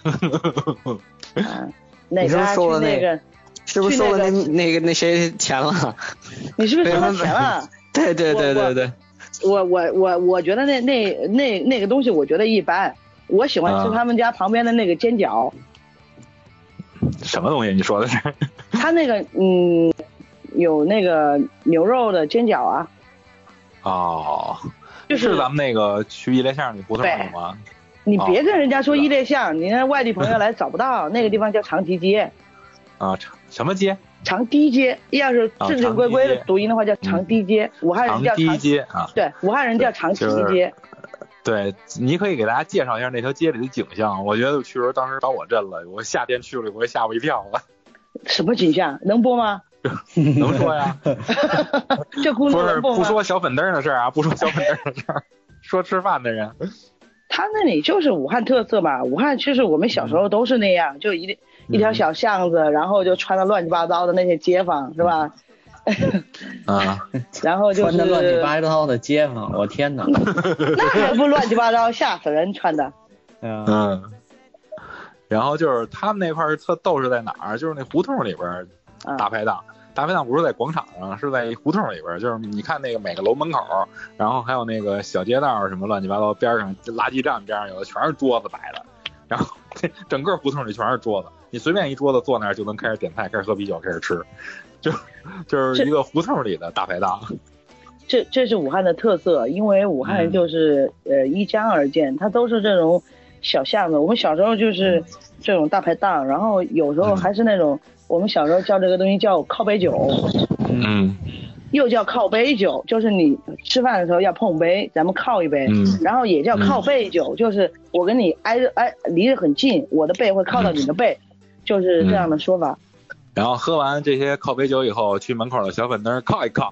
你是不是收了那个？是不是收了那谁钱了？ 你是不是收了钱了？ 对。 我觉得那个东西我觉得一般，我喜欢吃他们家旁边的那个煎饺。 什么东西？你说的是？ 他那个有那个牛肉的煎饺啊。 就是咱们那个去一来巷里胡同里吗？ 你别跟人家说一列巷，你看外地朋友来找不到，那个地方叫长堤街。 啊，什么街？ 长堤街，要是正正规规的读音的话叫长堤街，武汉人叫长堤街啊。 对，武汉人叫长堤街。 对，你可以给大家介绍一下那条街里的景象。我觉得去时候当时把我震了，我夏天去了，我吓我一跳了。 什么景象？能播吗？ 能说呀。 这轱辘能播吗？ 不说小粉灯的事儿啊，不说小粉灯的事儿，说吃饭的人。 他那里就是武汉特色嘛，武汉其实我们小时候都是那样，就一条小巷子，然后就穿的乱七八糟的那些街坊，是吧？ 啊， 然后就是穿的乱七八糟的街坊，我天哪！ 那还不乱七八糟，吓死人穿的。 嗯。然后就是他们那块儿特逗是在哪儿？就是那胡同里边大排档。大排档不是在广场上，是在胡同里边。就是你看那个每个楼门口，然后还有那个小街道什么乱七八糟，边上垃圾站边上有的全是桌子摆的，然后整个胡同里全是桌子，你随便一桌子坐那儿就能开始点菜，开始喝啤酒，开始吃，就是一个胡同里的大排档。 这是武汉的特色，因为武汉就是依江而建，它都是这种小巷子。我们小时候就是这种大排档，然后有时候还是那种。我们小时候叫这个东西叫靠杯酒，又叫靠杯酒，就是你吃饭的时候要碰杯，咱们靠一杯，然后也叫靠背酒，就是我跟你离得很近，我的背会靠到你的背，就是这样的说法。 然后喝完这些靠杯酒以后，去门口的小粉灯靠一靠。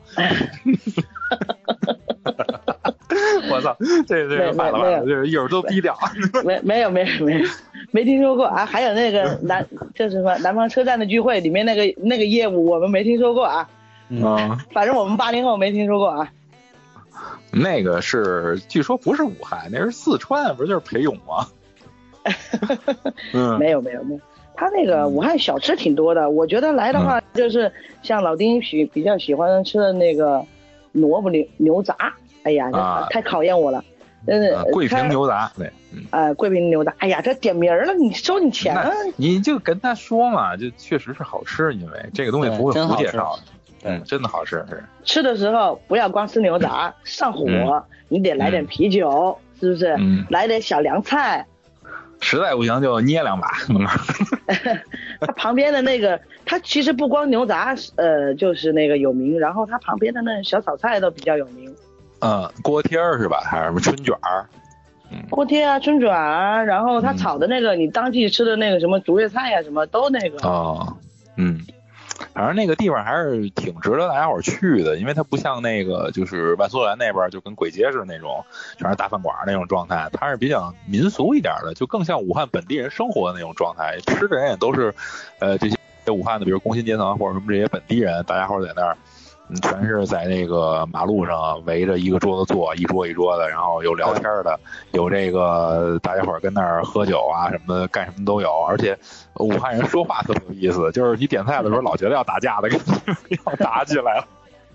我操，这反了，就是一会儿都逼掉。 没有，没听说过啊。还有那个就是什么南方车站的聚会里面那个业务，我们没听说过啊。反正我们80后没听说过啊。 那个是据说不是武汉，那是四川，不是就是裴勇吗？ 没有，他那个武汉小吃挺多的。我觉得来的话，就是像老丁比较喜欢吃的那个萝卜牛杂。哎呀，太考验我了。 桂平牛杂，对， 桂平牛杂。哎呀，这点名了，你收你钱了。 你就跟他说嘛，就确实是好吃，因为这个东西不会胡介绍。真的好吃。是吃的时候不要光吃牛杂，上火，你得来点啤酒，是不是？来点小凉菜。 实在不行就捏两把。 它旁边的那个，它其实不光牛杂，就是那个有名，然后它旁边的那小炒菜都比较有名。 锅贴是吧？还是什么春卷儿？ 锅贴啊，春卷啊，然后他炒的那个，你当季吃的那个什么竹叶菜啊，什么都那个。 反正那个地方还是挺值得大家伙去的，因为它不像那个就是万苏园那边就跟簋街似的那种全是大饭馆那种状态，它是比较民俗一点的，就更像武汉本地人生活的那种状态。吃的人也都是这些武汉的，比如工薪阶层或者什么这些本地人，大家伙在那儿。全是在那个马路上围着一个桌子坐，一桌一桌的，然后有聊天的，有这个大家伙跟那儿喝酒啊什么的，干什么都有。而且武汉人说话特别有意思，就是你点菜的时候老觉得要打架的，要打起来了。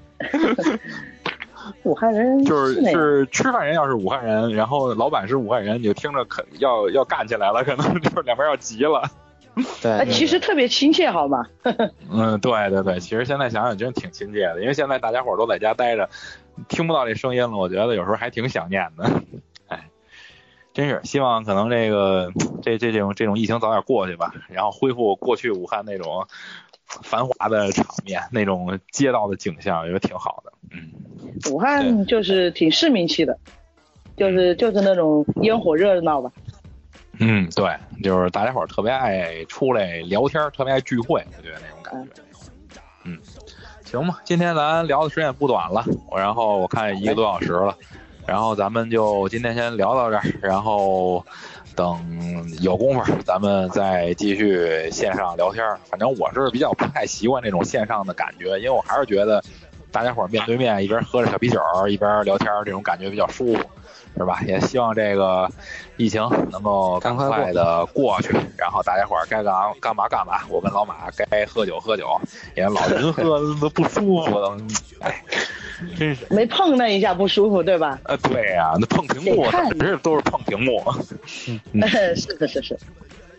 武汉人是吃饭人要是武汉人，然后老板是武汉人，你就听着要干起来了，可能就是两边要急了。 对， 其实特别亲切，好吗？ 对，其实现在想想真挺亲切的，因为现在大家伙都在家待着，听不到这声音了，我觉得有时候还挺想念的。真是希望可能这种疫情早点过去吧，然后恢复过去武汉那种繁华的场面，那种街道的景象，我觉得挺好的。 武汉就是挺市民气的，就是那种烟火热闹吧。 对，就是大家伙特别爱出来聊天，特别爱聚会，我觉得那种感觉。行吧，今天咱聊的时间也不短了，然后我看1个多小时了，然后咱们就今天先聊到这儿，然后等有功夫咱们再继续线上聊天。反正我是比较不太习惯这种线上的感觉，因为我还是觉得大家伙面对面一边喝着小啤酒一边聊天，这种感觉比较舒服。是吧？也希望这个疫情能够赶快的过去，然后大家伙该干嘛干嘛。我跟老马该喝酒喝酒，也老人喝都不舒服的，真是没碰那一下不舒服，对吧？ 对呀，那碰屏幕，反正都是碰屏幕。 是。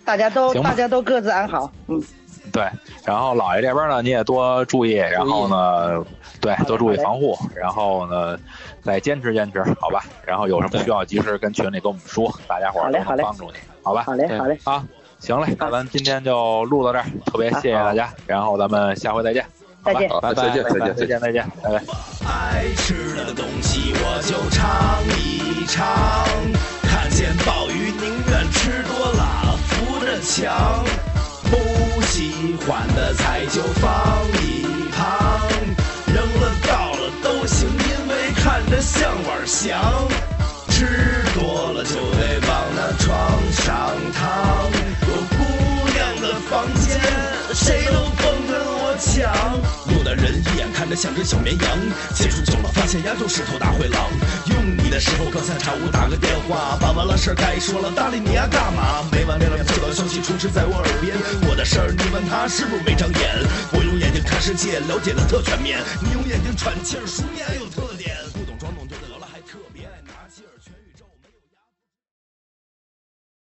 大家都各自安好。 对，然后姥爷这边呢，你也多注意，然后呢，对，多注意防护，然后呢，再坚持，好吧？然后有什么需要及时跟群里跟我们说，大家伙儿都能帮助你，好吧？ 好嘞， 啊，行嘞，那咱今天就录到这儿，特别谢谢大家，然后咱们下回再见。 再见， 拜拜，再见，拜拜。 爱吃的东西我就尝一尝，看见鲍鱼宁愿吃多了扶着墙，不喜欢的菜就放一旁，扔了倒了都行，因为看着像碗香，吃多了就得往那床上躺，有姑娘的房间谁都甭跟我抢，有的人一眼看着像只小绵羊，接触久了发现丫就是头大灰狼，用你的时候隔三差五打个电话，办完了事该说了，搭理你丫干嘛？没完没了接到消息充斥在我耳边，我的事儿你问他是不是没长眼，我用眼睛看世界了解的特全面，你用眼睛喘气儿熟练又特